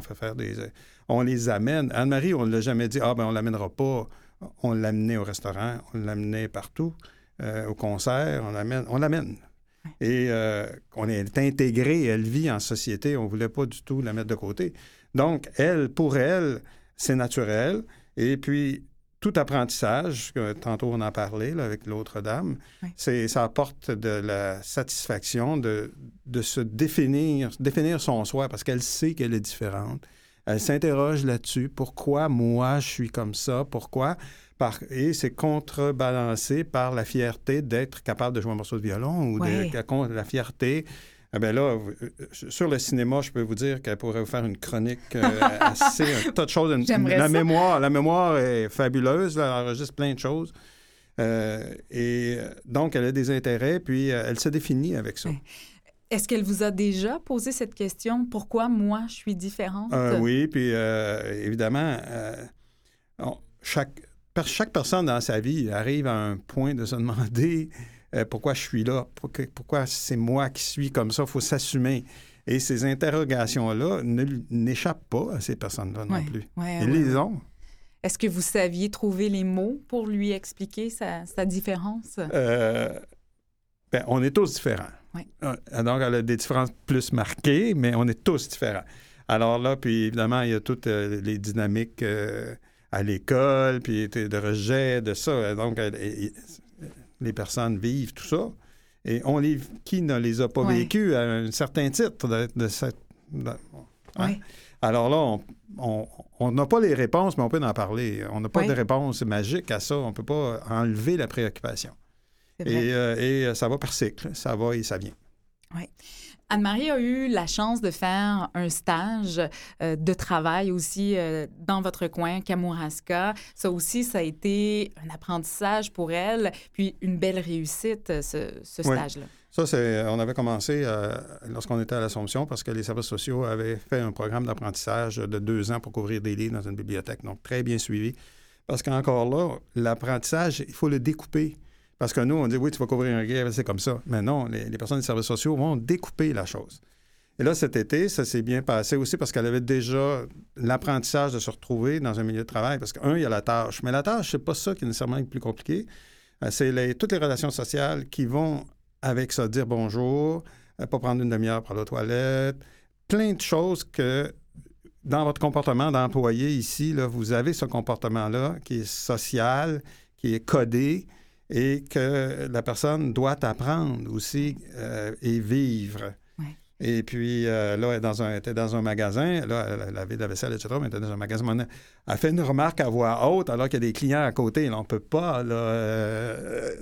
on les amène. Anne-Marie, on ne l'a jamais dit, on ne l'amènera pas. On l'amenait au restaurant, on l'amenait partout, au concert, on l'amène. Et on est intégré, elle vit en société, on ne voulait pas du tout la mettre de côté. Donc, pour elle, c'est naturel. Et puis, tout apprentissage, tantôt on en parlait là, avec l'autre dame, ça apporte de la satisfaction de se définir son soi, parce qu'elle sait qu'elle est différente. Elle s'interroge là-dessus. Pourquoi moi, je suis comme ça? Pourquoi? Et c'est contrebalancé par la fierté d'être capable de jouer un morceau de violon ou la fierté. Bien là, sur le cinéma, je peux vous dire qu'elle pourrait vous faire une chronique assez... un tas de choses. La mémoire est fabuleuse, là, elle enregistre plein de choses. Et donc, elle a des intérêts, puis elle se définit avec ça. Est-ce qu'elle vous a déjà posé cette question? Pourquoi moi, je suis différente? Oui, puis évidemment, chaque personne dans sa vie arrive à un point de se demander pourquoi je suis là, pourquoi c'est moi qui suis comme ça, il faut s'assumer. Et ces interrogations-là n'échappent pas à ces personnes-là non plus. Ils les ont. Est-ce que vous saviez trouver les mots pour lui expliquer sa différence? On est tous différents. Oui. Donc, elle a des différences plus marquées, mais on est tous différents. Alors là, puis évidemment, il y a toutes les dynamiques à l'école, puis de rejet, de ça. Donc, les personnes vivent tout ça. Et qui ne les a pas vécues à un certain titre de cette... Oui. Alors là, on n'a pas les réponses, mais on peut en parler. On n'a pas de réponse magique à ça. On ne peut pas enlever la préoccupation. Et ça va par cycle. Ça va et ça vient. Oui. Anne-Marie a eu la chance de faire un stage de travail aussi dans votre coin, Kamouraska. Ça aussi, ça a été un apprentissage pour elle, puis une belle réussite, ce stage-là. Ça, on avait commencé lorsqu'on était à l'Assomption parce que les services sociaux avaient fait un programme d'apprentissage de 2 ans pour couvrir des livres dans une bibliothèque. Donc, très bien suivi. Parce qu'encore là, l'apprentissage, il faut le découper. Parce que nous, on dit, oui, tu vas couvrir un livre, c'est comme ça. Mais non, les personnes des services sociaux vont découper la chose. Et là, cet été, ça s'est bien passé aussi parce qu'elle avait déjà l'apprentissage de se retrouver dans un milieu de travail. Parce il y a la tâche. Mais la tâche, c'est pas ça qui est nécessairement le plus compliqué. C'est toutes les relations sociales qui vont avec ça, dire bonjour, pas prendre une demi-heure pour aller aux toilettes, plein de choses que dans votre comportement d'employé ici, là, vous avez ce comportement-là qui est social, qui est codé. et que la personne doit apprendre aussi et vivre. Ouais. Et puis, là, elle était dans un magasin, là, elle lavait de la vaisselle, etc., mais elle était dans un magasin. Elle fait une remarque à voix haute alors qu'il y a des clients à côté. Là, on ne peut pas, là...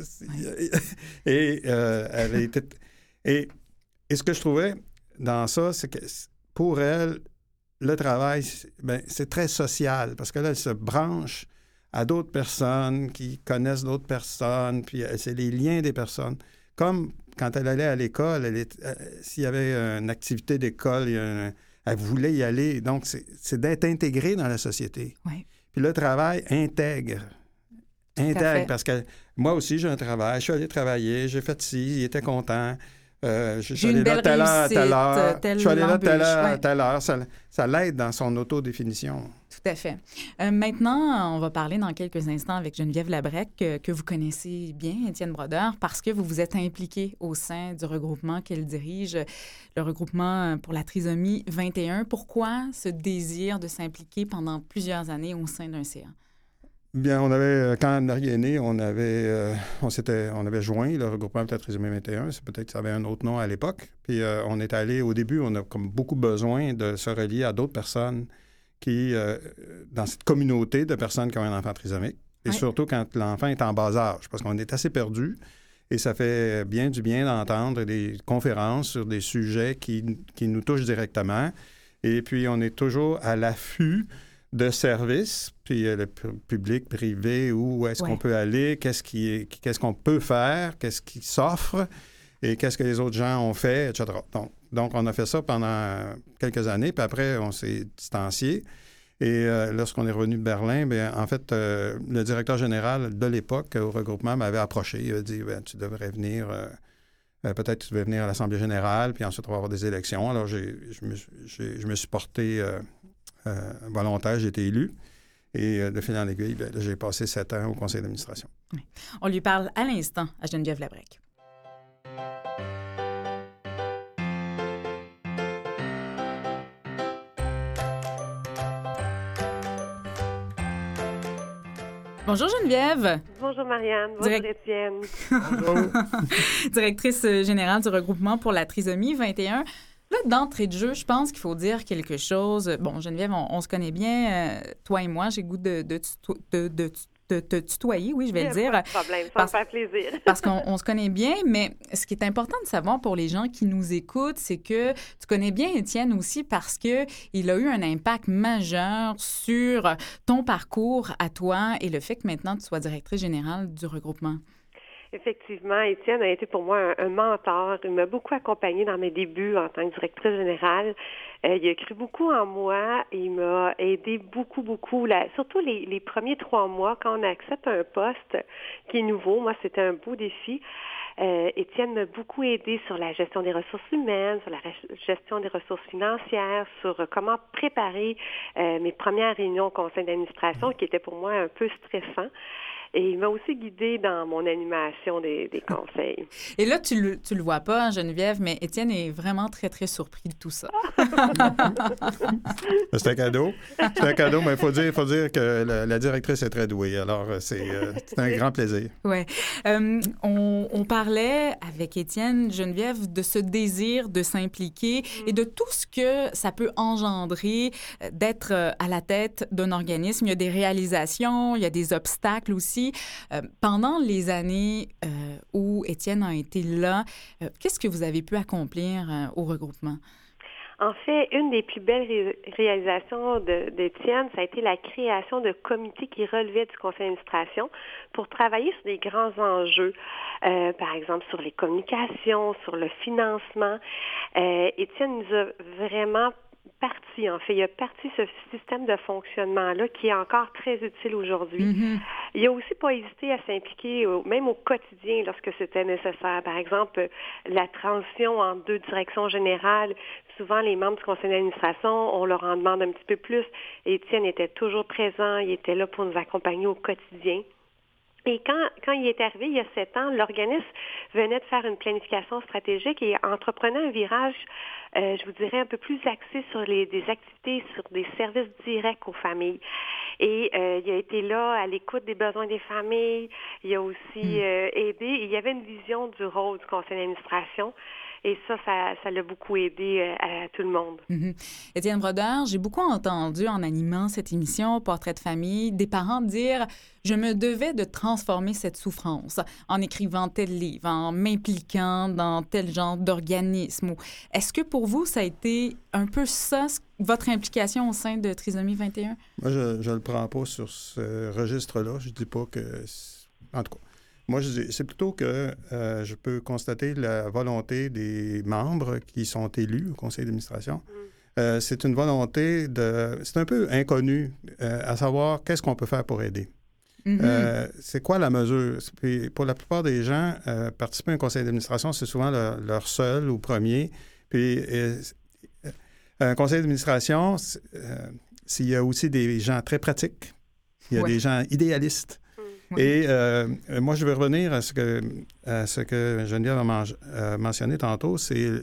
Et elle était... Et ce que je trouvais dans ça, c'est que pour elle, le travail, c'est très social, parce que là, elle se branche à d'autres personnes qui connaissent d'autres personnes, puis c'est les liens des personnes. Comme quand elle allait à l'école, s'il y avait une activité d'école, elle voulait y aller. Donc, c'est d'être intégrée dans la société. Oui. Puis le travail intègre, parce que moi aussi, j'ai un travail. Je suis allé travailler, j'ai fait ci, il était content. Je suis allé là telle heure, telle heure. Je suis allé là telle heure, telle heure. Ça l'aide dans son autodéfinition. Tout à fait. Maintenant, on va parler dans quelques instants avec Geneviève Labrec, que vous connaissez bien, Étienne Brodeur, parce que vous vous êtes impliqué au sein du regroupement qu'elle dirige, le regroupement pour la trisomie 21. Pourquoi ce désir de s'impliquer pendant plusieurs années au sein d'un CA? Bien, quand Marie est née, on avait joint le regroupement pour la trisomie 21. C'est peut-être que ça avait un autre nom à l'époque. Puis on est allé, au début, on a comme beaucoup besoin de se relier à d'autres personnes qui, dans cette communauté de personnes qui ont un enfant trisomique, et surtout quand l'enfant est en bas âge, parce qu'on est assez perdus, et ça fait bien du bien d'entendre des conférences sur des sujets qui nous touchent directement. Et puis, on est toujours à l'affût de services, puis le public, privé, où est-ce qu'on peut aller, qu'est-ce qu'on peut faire, qu'est-ce qui s'offre, et qu'est-ce que les autres gens ont fait, etc. Donc, on a fait ça pendant quelques années, puis après, on s'est distancié. Et lorsqu'on est revenu de Berlin, bien, en fait, le directeur général de l'époque au regroupement m'avait approché. Il a dit, tu devrais venir, peut-être tu devrais venir à l'Assemblée générale, puis ensuite on va avoir des élections. Alors, je me suis porté volontaire, j'ai été élu. Et de fil en aiguille, bien, j'ai passé 7 ans au conseil d'administration. Oui. On lui parle à l'instant à Geneviève Labrec. Bonjour Geneviève. Bonjour Marianne. Bonjour Étienne. Bonjour. Directrice générale du regroupement pour la trisomie 21. Là, d'entrée de jeu, je pense qu'il faut dire quelque chose. Bon, Geneviève, on se connaît bien, toi et moi. J'ai le goût de te tutoyer, oui, je vais le dire. Pas de problème, ça me fait plaisir. Parce qu'on se connaît bien, mais ce qui est important de savoir pour les gens qui nous écoutent, c'est que tu connais bien Étienne aussi parce qu'il a eu un impact majeur sur ton parcours à toi et le fait que maintenant tu sois directrice générale du regroupement. Effectivement, Étienne a été pour moi un mentor. Il m'a beaucoup accompagnée dans mes débuts en tant que directrice générale. Il a cru beaucoup en moi. Il m'a aidé beaucoup. Surtout les premiers 3 mois, quand on accepte un poste qui est nouveau. Moi, c'était un beau défi. Étienne m'a beaucoup aidé sur la gestion des ressources humaines, sur la gestion des ressources financières, sur comment préparer mes premières réunions au conseil d'administration, qui étaient pour moi un peu stressant. Et il m'a aussi guidée dans mon animation des conseils. Et là, tu le vois pas, hein, Geneviève, mais Étienne est vraiment très, très surpris de tout ça. C'est un cadeau. C'est un cadeau, mais il faut dire que la directrice est très douée. Alors, c'est un grand plaisir. Oui. On parlait avec Étienne, Geneviève, de ce désir de s'impliquer et de tout ce que ça peut engendrer d'être à la tête d'un organisme. Il y a des réalisations, il y a des obstacles aussi. Pendant les années où Étienne a été là, qu'est-ce que vous avez pu accomplir au regroupement? En fait, une des plus belles réalisations d'Étienne, ça a été la création de comités qui relevaient du conseil d'administration pour travailler sur des grands enjeux, par exemple sur les communications, sur le financement. Étienne nous a vraiment il a parti ce système de fonctionnement-là qui est encore très utile aujourd'hui. Mm-hmm. Il n'a aussi pas hésité à s'impliquer, même au quotidien, lorsque c'était nécessaire. Par exemple, la transition en 2 directions générales. Souvent, les membres du conseil d'administration, on leur en demande un petit peu plus. Et Étienne était toujours présent, il était là pour nous accompagner au quotidien. Et quand il est arrivé, il y a 7 ans, l'organisme venait de faire une planification stratégique et entreprenait un virage, je vous dirais, un peu plus axé sur des activités, sur des services directs aux familles. Et il a été là à l'écoute des besoins des familles. Il a aussi aidé. Il y avait une vision du rôle du conseil d'administration. Et ça l'a beaucoup aidé à tout le monde. Mm-hmm. Étienne Brodeur, j'ai beaucoup entendu en animant cette émission Portrait de famille des parents dire « Je me devais de transformer cette souffrance en écrivant tel livre, en m'impliquant dans tel genre d'organisme. » Est-ce que pour vous, ça a été un peu ça, votre implication au sein de Trisomie 21? Moi, je le prends pas sur ce registre-là. Je dis pas que... En tout cas, moi, c'est plutôt que je peux constater la volonté des membres qui sont élus au conseil d'administration. C'est une volonté c'est un peu inconnu à savoir qu'est-ce qu'on peut faire pour aider. Mm-hmm. C'est quoi la mesure? Puis pour la plupart des gens, participer à un conseil d'administration, c'est souvent leur seul ou premier. Puis un conseil d'administration, s'il y a aussi des gens très pratiques, il y a des gens idéalistes. Et moi, je vais revenir à ce que Geneviève a mentionné tantôt. C'est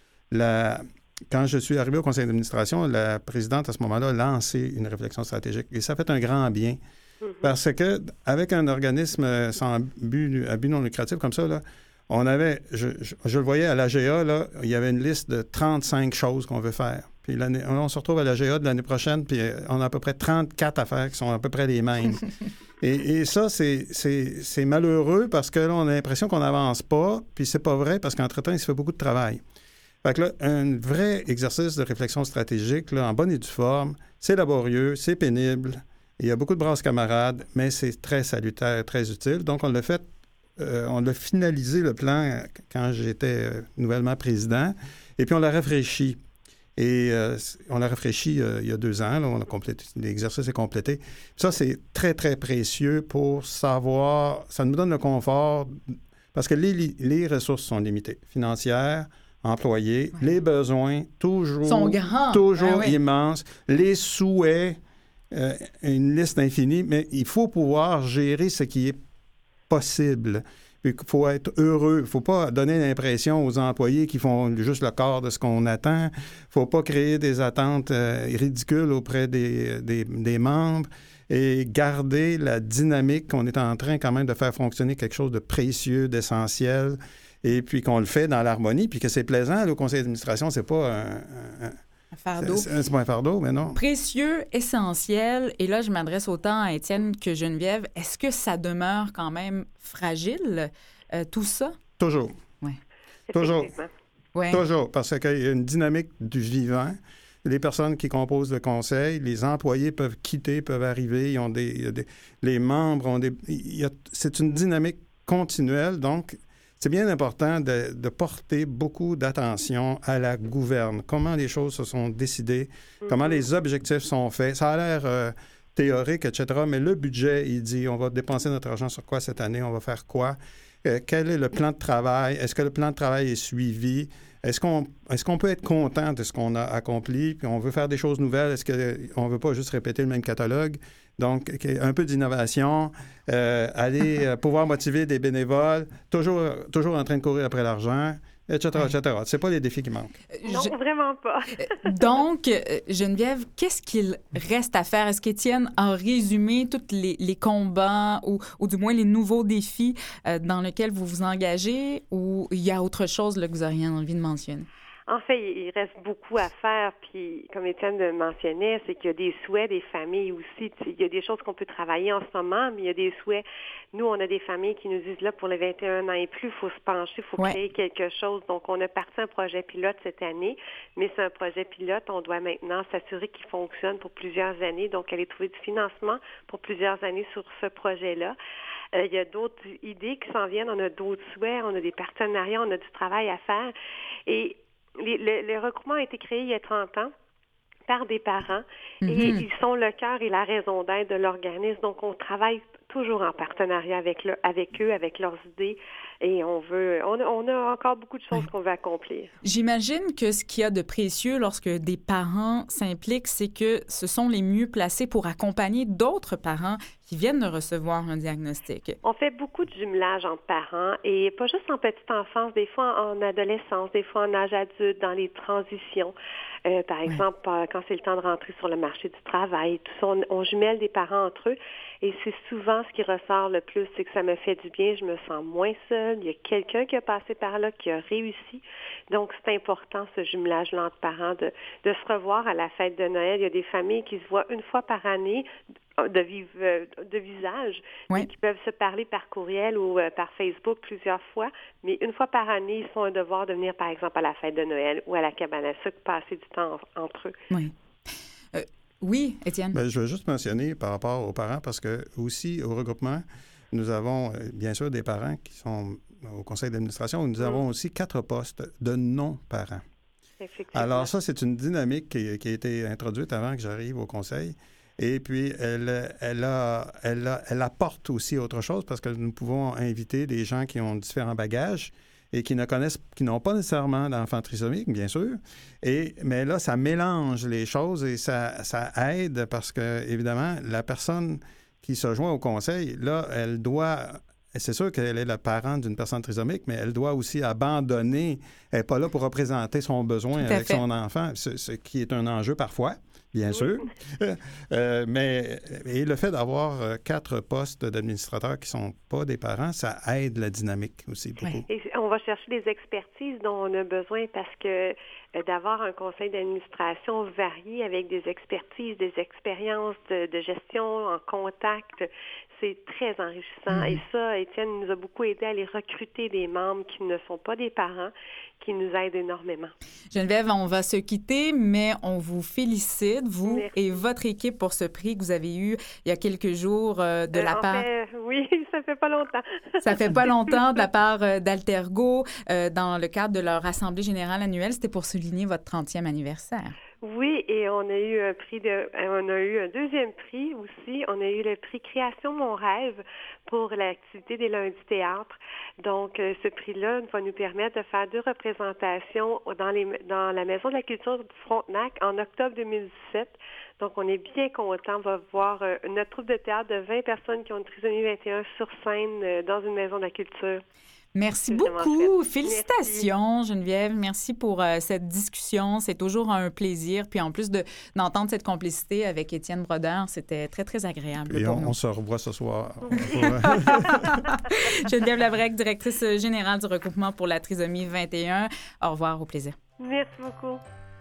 quand je suis arrivé au conseil d'administration, la présidente, à ce moment-là, a lancé une réflexion stratégique. Et ça a fait un grand bien. Parce que avec un organisme sans but, à but non lucratif comme ça, là, on avait, je le voyais à l'AGA, là, il y avait une liste de 35 choses qu'on veut faire. Puis on se retrouve à l'AGA de l'année prochaine, puis on a à peu près 34 affaires qui sont à peu près les mêmes. Et ça, c'est malheureux parce que là, on a l'impression qu'on n'avance pas, puis c'est pas vrai parce qu'entre-temps, il se fait beaucoup de travail. Fait que là, un vrai exercice de réflexion stratégique, là, en bonne et due forme, c'est laborieux, c'est pénible, il y a beaucoup de brasses camarades, mais c'est très salutaire, très utile. Donc, on a finalisé le plan quand j'étais nouvellement président, et puis on l'a rafraîchi. Et on l'a rafraîchi il y a 2 ans. Là, on a complété, l'exercice est complété. Ça, c'est très, très précieux pour savoir... Ça nous donne le confort parce que les ressources sont limitées. Financières, employés, les besoins, toujours... sont grands. Toujours immenses. Les souhaits, une liste infinie. Mais il faut pouvoir gérer ce qui est possible. Il faut être heureux. Il ne faut pas donner l'impression aux employés qui font juste le quart de ce qu'on attend. Il ne faut pas créer des attentes ridicules auprès des membres et garder la dynamique qu'on est en train quand même de faire fonctionner quelque chose de précieux, d'essentiel, et puis qu'on le fait dans l'harmonie, puis que c'est plaisant. Le conseil d'administration, c'est pas un fardeau. C'est pas un fardeau, mais non. Précieux, essentiel. Et là, je m'adresse autant à Étienne que Geneviève. Est-ce que ça demeure quand même fragile, tout ça? Toujours. Oui. Toujours. Ouais. Toujours, parce qu'il y a une dynamique du vivant. Les personnes qui composent le conseil, les employés peuvent quitter, peuvent arriver, les membres ont c'est une dynamique continuelle, donc c'est bien important de porter beaucoup d'attention à la gouverne. Comment les choses se sont décidées, comment les objectifs sont faits. Ça a l'air théorique, etc., mais le budget, il dit on va dépenser notre argent sur quoi cette année, on va faire quoi, quel est le plan de travail, est-ce que le plan de travail est suivi, est-ce qu'on peut être content de ce qu'on a accompli, puis on veut faire des choses nouvelles, est-ce qu'on ne veut pas juste répéter le même catalogue? Donc, un peu d'innovation, aller pouvoir motiver des bénévoles, toujours en train de courir après l'argent, etc., etc. C'est pas les défis qui manquent. Non, vraiment pas. Donc, Geneviève, qu'est-ce qu'il reste à faire? Est-ce qu'Étienne a résumé tous les combats ou du moins les nouveaux défis dans lesquels vous vous engagez, ou il y a autre chose là, que vous auriez envie de mentionner? En fait, il reste beaucoup à faire, puis comme Étienne le mentionnait, c'est qu'il y a des souhaits des familles aussi. Il y a des choses qu'on peut travailler en ce moment, mais il y a des souhaits. Nous, on a des familles qui nous disent, là, pour les 21 ans et plus, il faut se pencher, il faut créer quelque chose. Donc, on a parti un projet pilote cette année, mais c'est un projet pilote. On doit maintenant s'assurer qu'il fonctionne pour plusieurs années. Donc, aller trouver du financement pour plusieurs années sur ce projet-là. Il y a d'autres idées qui s'en viennent. On a d'autres souhaits, on a des partenariats, on a du travail à faire. Et le regroupement a été créé il y a 30 ans par des parents et ils sont le cœur et la raison d'être de l'organisme. Donc, on travaille toujours en partenariat avec eux, avec leurs idées et on a encore beaucoup de choses qu'on veut accomplir. J'imagine que ce qu'il y a de précieux lorsque des parents s'impliquent, c'est que ce sont les mieux placés pour accompagner d'autres parents qui viennent de recevoir un diagnostic? On fait beaucoup de jumelage entre parents et pas juste en petite enfance, des fois en adolescence, des fois en âge adulte, dans les transitions. Par exemple, quand c'est le temps de rentrer sur le marché du travail, tout ça, on jumelle des parents entre eux. Et c'est souvent ce qui ressort le plus, c'est que ça me fait du bien, je me sens moins seule, il y a quelqu'un qui a passé par là, qui a réussi. Donc, c'est important, ce jumelage-là entre parents, de se revoir à la fête de Noël. Il y a des familles qui se voient une fois par année de visage, et qui peuvent se parler par courriel ou par Facebook plusieurs fois, mais une fois par année, ils font un devoir de venir, par exemple, à la fête de Noël ou à la cabane à sucre, passer du temps entre eux. Oui. Oui, Étienne? Bien, je veux juste mentionner par rapport aux parents, parce que aussi, au regroupement, nous avons bien sûr des parents qui sont au conseil d'administration, où nous avons aussi 4 postes de non-parents. Alors ça, c'est une dynamique qui a été introduite avant que j'arrive au conseil. Et puis, elle apporte aussi autre chose, parce que nous pouvons inviter des gens qui ont différents bagages et qui n'ont pas nécessairement d'enfants trisomiques, bien sûr. Mais là, ça mélange les choses et ça aide, parce que, évidemment, la personne qui se joint au conseil, là, elle doit... C'est sûr qu'elle est la parente d'une personne trisomique, mais elle doit aussi abandonner. Elle n'est pas là pour représenter son besoin avec son enfant, ce qui est un enjeu parfois, bien sûr. Mais le fait d'avoir 4 postes d'administrateurs qui ne sont pas des parents, ça aide la dynamique aussi beaucoup. Et on va chercher des expertises dont on a besoin, parce que d'avoir un conseil d'administration varié avec des expertises, des expériences de gestion en contact, c'est très enrichissant. Et ça, Étienne nous a beaucoup aidé à les recruter, des membres qui ne sont pas des parents, qui nous aident énormément. Geneviève, on va se quitter, mais on vous félicite, vous et votre équipe, pour ce prix que vous avez eu il y a quelques jours de la part... Oui, ça fait pas longtemps. Ça fait pas longtemps, de la part d'Altergo, dans le cadre de leur Assemblée générale annuelle. C'était pour souligner votre 30e anniversaire. Oui, et on a eu un deuxième prix aussi. On a eu le prix Création Mon Rêve pour l'activité des lundis théâtre. Donc, ce prix-là va nous permettre de faire 2 représentations dans la Maison de la culture de Frontenac en octobre 2017. Donc, on est bien contents. On va voir notre troupe de théâtre de 20 personnes qui ont une trisomie 21 sur scène dans une Maison de la culture. Merci beaucoup. Félicitations, merci. Geneviève. Merci pour cette discussion. C'est toujours un plaisir. Puis en plus d'entendre cette complicité avec Étienne Brodeur, c'était très, très agréable. Et pour nous. On se revoit ce soir. Geneviève Labrec, directrice générale du regroupement pour la trisomie 21. Au revoir, au plaisir. Merci beaucoup.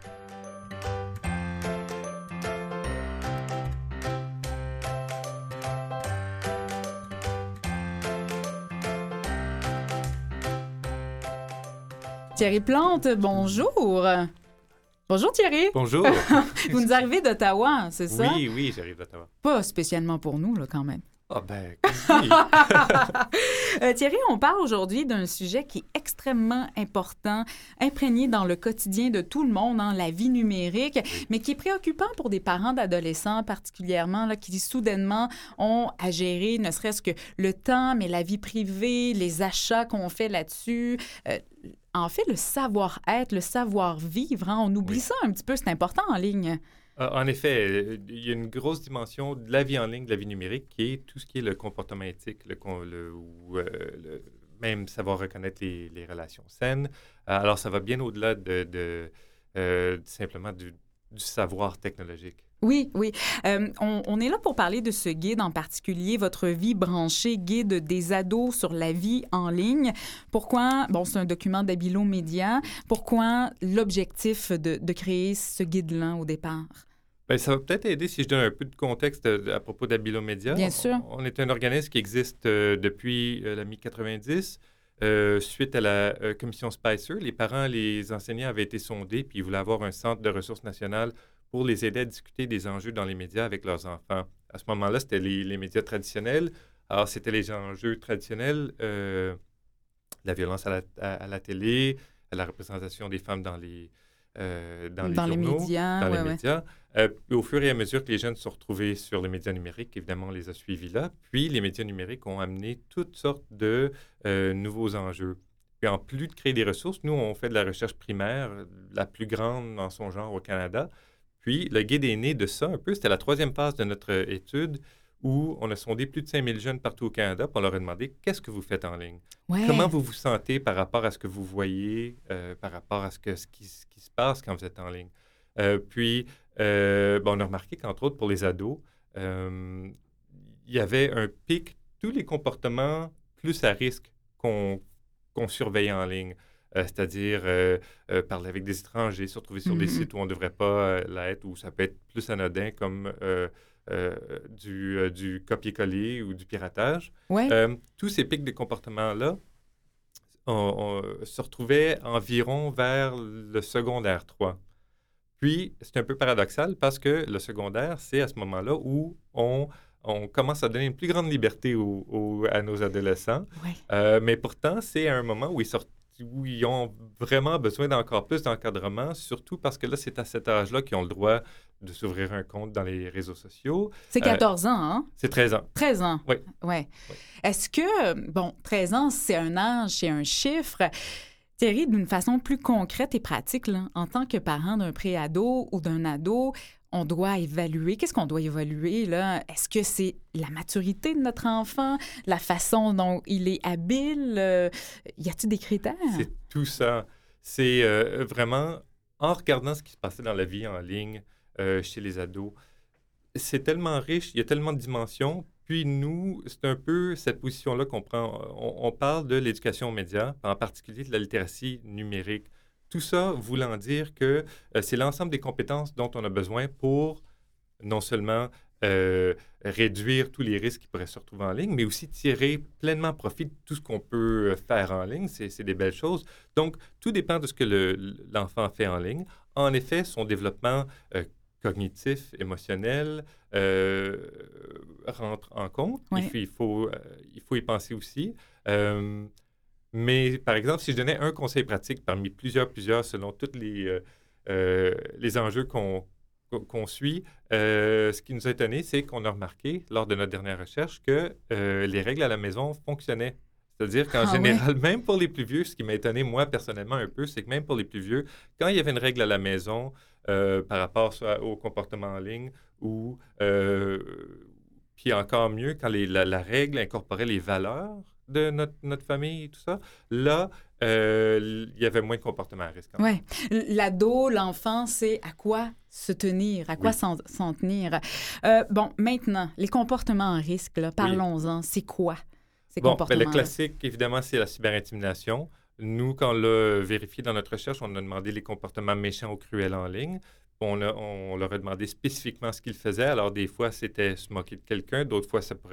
Thierry Plante, bonjour. Bonjour Thierry. Bonjour. Vous nous arrivez d'Ottawa, c'est ça? Oui, j'arrive d'Ottawa. Pas spécialement pour nous, là, quand même. Ah ben, Thierry, on parle aujourd'hui d'un sujet qui est extrêmement important, imprégné dans le quotidien de tout le monde, la vie numérique, mais qui est préoccupant pour des parents d'adolescents particulièrement, là, qui soudainement ont à gérer ne serait-ce que le temps, mais la vie privée, les achats qu'on fait là-dessus. En fait, le savoir-être, le savoir-vivre, on oublie ça un petit peu, c'est important en ligne. En effet, il y a une grosse dimension de la vie en ligne, de la vie numérique, qui est tout ce qui est le comportement éthique, même savoir reconnaître les relations saines. Alors, ça va bien au-delà simplement du savoir technologique. Oui. On est là pour parler de ce guide en particulier, Votre vie branchée, guide des ados sur la vie en ligne. Pourquoi? Bon, c'est un document d'Abilo Média. Pourquoi l'objectif de créer ce guide-là au départ? Bien, ça va peut-être aider si je donne un peu de contexte à propos d'Abilo Média. Bien sûr. On est un organisme qui existe depuis la mi-90. Suite à la commission Spicer, les parents, les enseignants avaient été sondés puis ils voulaient avoir un centre de ressources nationales pour les aider à discuter des enjeux dans les médias avec leurs enfants. À ce moment-là, c'était les médias traditionnels. Alors, c'était les enjeux traditionnels, la violence à la télé, la représentation des femmes dans les journaux, médias. Les médias. Au fur et à mesure que les jeunes se sont retrouvés sur les médias numériques, évidemment, on les a suivis là. Puis, les médias numériques ont amené toutes sortes de nouveaux enjeux. Puis, en plus de créer des ressources, nous, on fait de la recherche primaire, la plus grande en son genre au Canada. Puis, le guide est né de ça un peu. C'était la 3e phase de notre étude où on a sondé plus de 5000 jeunes partout au Canada, puis on leur a demandé « Qu'est-ce que vous faites en ligne? Ouais. Comment vous vous sentez par rapport à ce que vous voyez, par rapport à ce qui se passe quand vous êtes en ligne? » On a remarqué qu'entre autres, pour les ados, il y avait un pic, tous les comportements plus à risque qu'on surveille en ligne. C'est-à-dire parler avec des étrangers, se retrouver sur des sites où on ne devrait pas l'être, ou ça peut être plus anodin comme du copier-coller ou du piratage. Ouais. Tous ces pics de comportements-là, on se retrouvait environ vers le secondaire 3. Puis, c'est un peu paradoxal parce que le secondaire, c'est à ce moment-là où on commence à donner une plus grande liberté à nos adolescents. Ouais. Mais pourtant, c'est un moment où ils ont vraiment besoin d'encore plus d'encadrement, surtout parce que là, c'est à cet âge-là qu'ils ont le droit de s'ouvrir un compte dans les réseaux sociaux. C'est 14 ans, hein? C'est 13 ans. 13 ans. Oui. Ouais. Est-ce que, 13 ans, c'est un âge, c'est un chiffre. Thierry, d'une façon plus concrète et pratique, là, en tant que parent d'un préado ou d'un ado, on doit évaluer. Qu'est-ce qu'on doit évaluer, là? Est-ce que c'est la maturité de notre enfant, la façon dont il est habile? Y a-t-il des critères? C'est tout ça. C'est vraiment, en regardant ce qui se passait dans la vie en ligne chez les ados, c'est tellement riche, il y a tellement de dimensions. Puis nous, c'est un peu cette position-là qu'on prend. On parle de l'éducation aux médias, en particulier de la littératie numérique. Tout ça voulant dire que c'est l'ensemble des compétences dont on a besoin pour non seulement réduire tous les risques qui pourraient se retrouver en ligne, mais aussi tirer pleinement profit de tout ce qu'on peut faire en ligne. C'est des belles choses. Donc, tout dépend de ce que l'enfant fait en ligne. En effet, son développement cognitif, émotionnel rentre en compte. Oui. Il faut y penser aussi. Mais, par exemple, si je donnais un conseil pratique parmi plusieurs, selon tous les enjeux qu'on suit, ce qui nous a étonné, c'est qu'on a remarqué, lors de notre dernière recherche, que les règles à la maison fonctionnaient. C'est-à-dire qu'en général, même pour les plus vieux, ce qui m'a étonné, moi, personnellement, un peu, c'est que même pour les plus vieux, quand il y avait une règle à la maison par rapport au comportement en ligne, ou, puis encore mieux, quand la règle incorporait les valeurs de notre famille et tout ça, là, il y avait moins de comportements à risque. Oui. L'ado, l'enfant, c'est à quoi se tenir, à quoi s'en tenir. Maintenant, les comportements à risque, là, parlons-en. C'est quoi ces comportements? Le classique, évidemment, c'est la cyberintimidation. Nous, quand on l'a vérifié dans notre recherche, on a demandé les comportements méchants ou cruels en ligne. On leur a demandé spécifiquement ce qu'ils faisaient. Alors, des fois, c'était se moquer de quelqu'un. D'autres fois, ça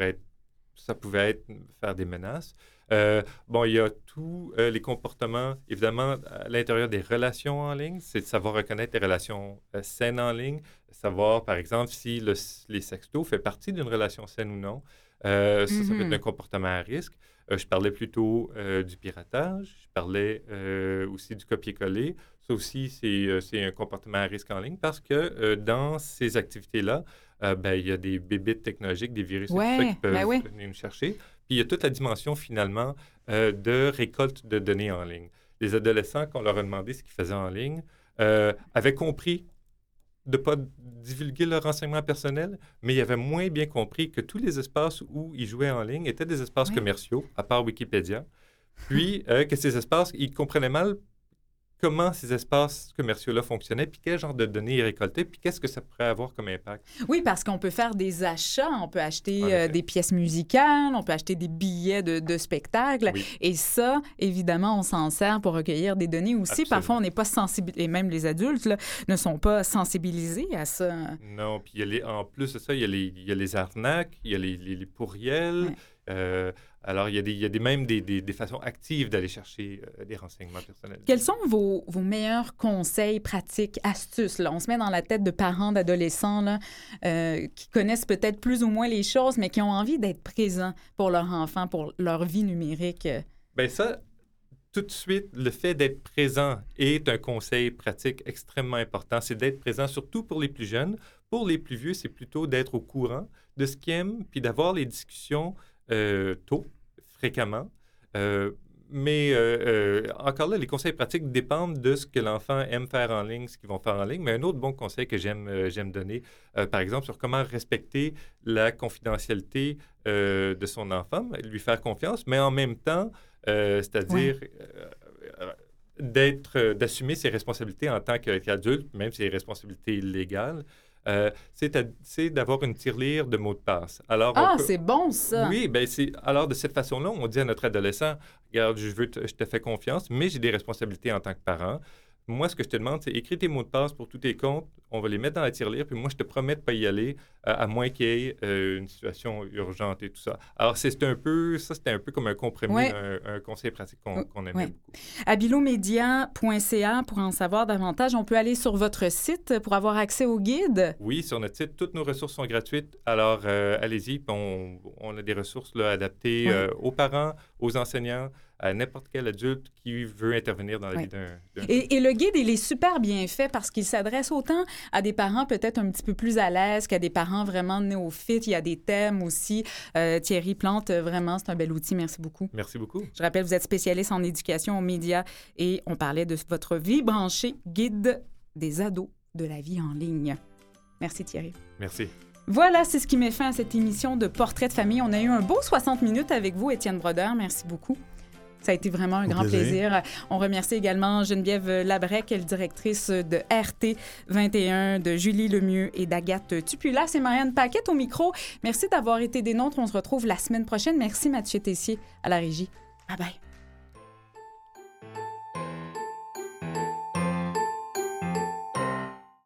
pouvait être faire des menaces. Il y a tous les comportements, évidemment, à l'intérieur des relations en ligne. C'est de savoir reconnaître les relations saines en ligne, savoir, par exemple, si les sextos fait partie d'une relation saine ou non. Ça peut être un comportement à risque. Je parlais plutôt du piratage. Je parlais aussi du copier-coller. Ça aussi, c'est un comportement à risque en ligne parce que dans ces activités-là, il y a des bébites technologiques, des virus et tout ça qui peuvent venir nous chercher. Puis il y a toute la dimension, finalement, de récolte de données en ligne. Les adolescents, quand on leur a demandé ce qu'ils faisaient en ligne, avaient compris de ne pas divulguer leur renseignement personnel, mais ils avaient moins bien compris que tous les espaces où ils jouaient en ligne étaient des espaces commerciaux, à part Wikipédia. Puis que ces espaces, ils comprenaient mal comment ces espaces commerciaux-là fonctionnaient, puis quel genre de données ils récoltaient, puis qu'est-ce que ça pourrait avoir comme impact. Oui, parce qu'on peut faire des achats, on peut acheter des pièces musicales, on peut acheter des billets de spectacles, et ça, évidemment, on s'en sert pour recueillir des données aussi. Absolument. Parfois, on n'est pas sensibilisé, et même les adultes là, ne sont pas sensibilisés à ça. Non, puis en plus de ça, il y a les arnaques, il y a les pourriels. Alors, il y a même des façons actives d'aller chercher des renseignements personnels. Quels sont vos meilleurs conseils, pratiques, astuces? Là? On se met dans la tête de parents, d'adolescents là, qui connaissent peut-être plus ou moins les choses, mais qui ont envie d'être présents pour leur enfant, pour leur vie numérique. Bien ça, tout de suite, le fait d'être présent est un conseil pratique extrêmement important. C'est d'être présent, surtout pour les plus jeunes. Pour les plus vieux, c'est plutôt d'être au courant de ce qu'ils aiment, puis d'avoir les discussions tôt, fréquemment. Mais encore là, les conseils pratiques dépendent de ce que l'enfant aime faire en ligne, ce qu'ils vont faire en ligne. Mais un autre bon conseil que j'aime donner, par exemple, sur comment respecter la confidentialité de son enfant, lui faire confiance, mais en même temps, c'est-à-dire d'assumer ses responsabilités en tant qu'adulte, même ses responsabilités légales. C'est d'avoir une tirelire de mots de passe. Alors, c'est bon, ça! Oui, alors de cette façon-là, on dit à notre adolescent, regarde, je te fais confiance, mais j'ai des responsabilités en tant que parent. Moi, ce que je te demande, c'est écris tes mots de passe pour tous tes comptes. On va les mettre dans la tirelire, puis moi, je te promets de ne pas y aller, à moins qu'il y ait une situation urgente et tout ça. Alors, c'était un peu comme un compromis, un conseil pratique qu'on aimait beaucoup. Abilomedia.ca, pour en savoir davantage, on peut aller sur votre site pour avoir accès au guide? Oui, sur notre site, toutes nos ressources sont gratuites. Alors, allez-y, puis on a des ressources là, adaptées aux parents, aux enseignants, à n'importe quel adulte qui veut intervenir dans la vie d'un... Et le guide, il est super bien fait parce qu'il s'adresse autant à des parents peut-être un petit peu plus à l'aise qu'à des parents vraiment néophytes. Il y a des thèmes aussi. Thierry Plante, vraiment, c'est un bel outil. Merci beaucoup. Merci beaucoup. Je rappelle, vous êtes spécialiste en éducation aux médias et on parlait de votre vie branchée, guide des ados de la vie en ligne. Merci Thierry. Merci. Voilà, c'est ce qui met fin à cette émission de Portrait de famille. On a eu un beau 60 minutes avec vous, Étienne Brodeur. Merci beaucoup. Ça a été vraiment un grand plaisir. On remercie également Geneviève Labrec, directrice de RT 21, de Julie Lemieux et d'Agathe Tupula. C'est Marianne Paquette au micro. Merci d'avoir été des nôtres. On se retrouve la semaine prochaine. Merci Mathieu Tessier à la régie. Bye bye.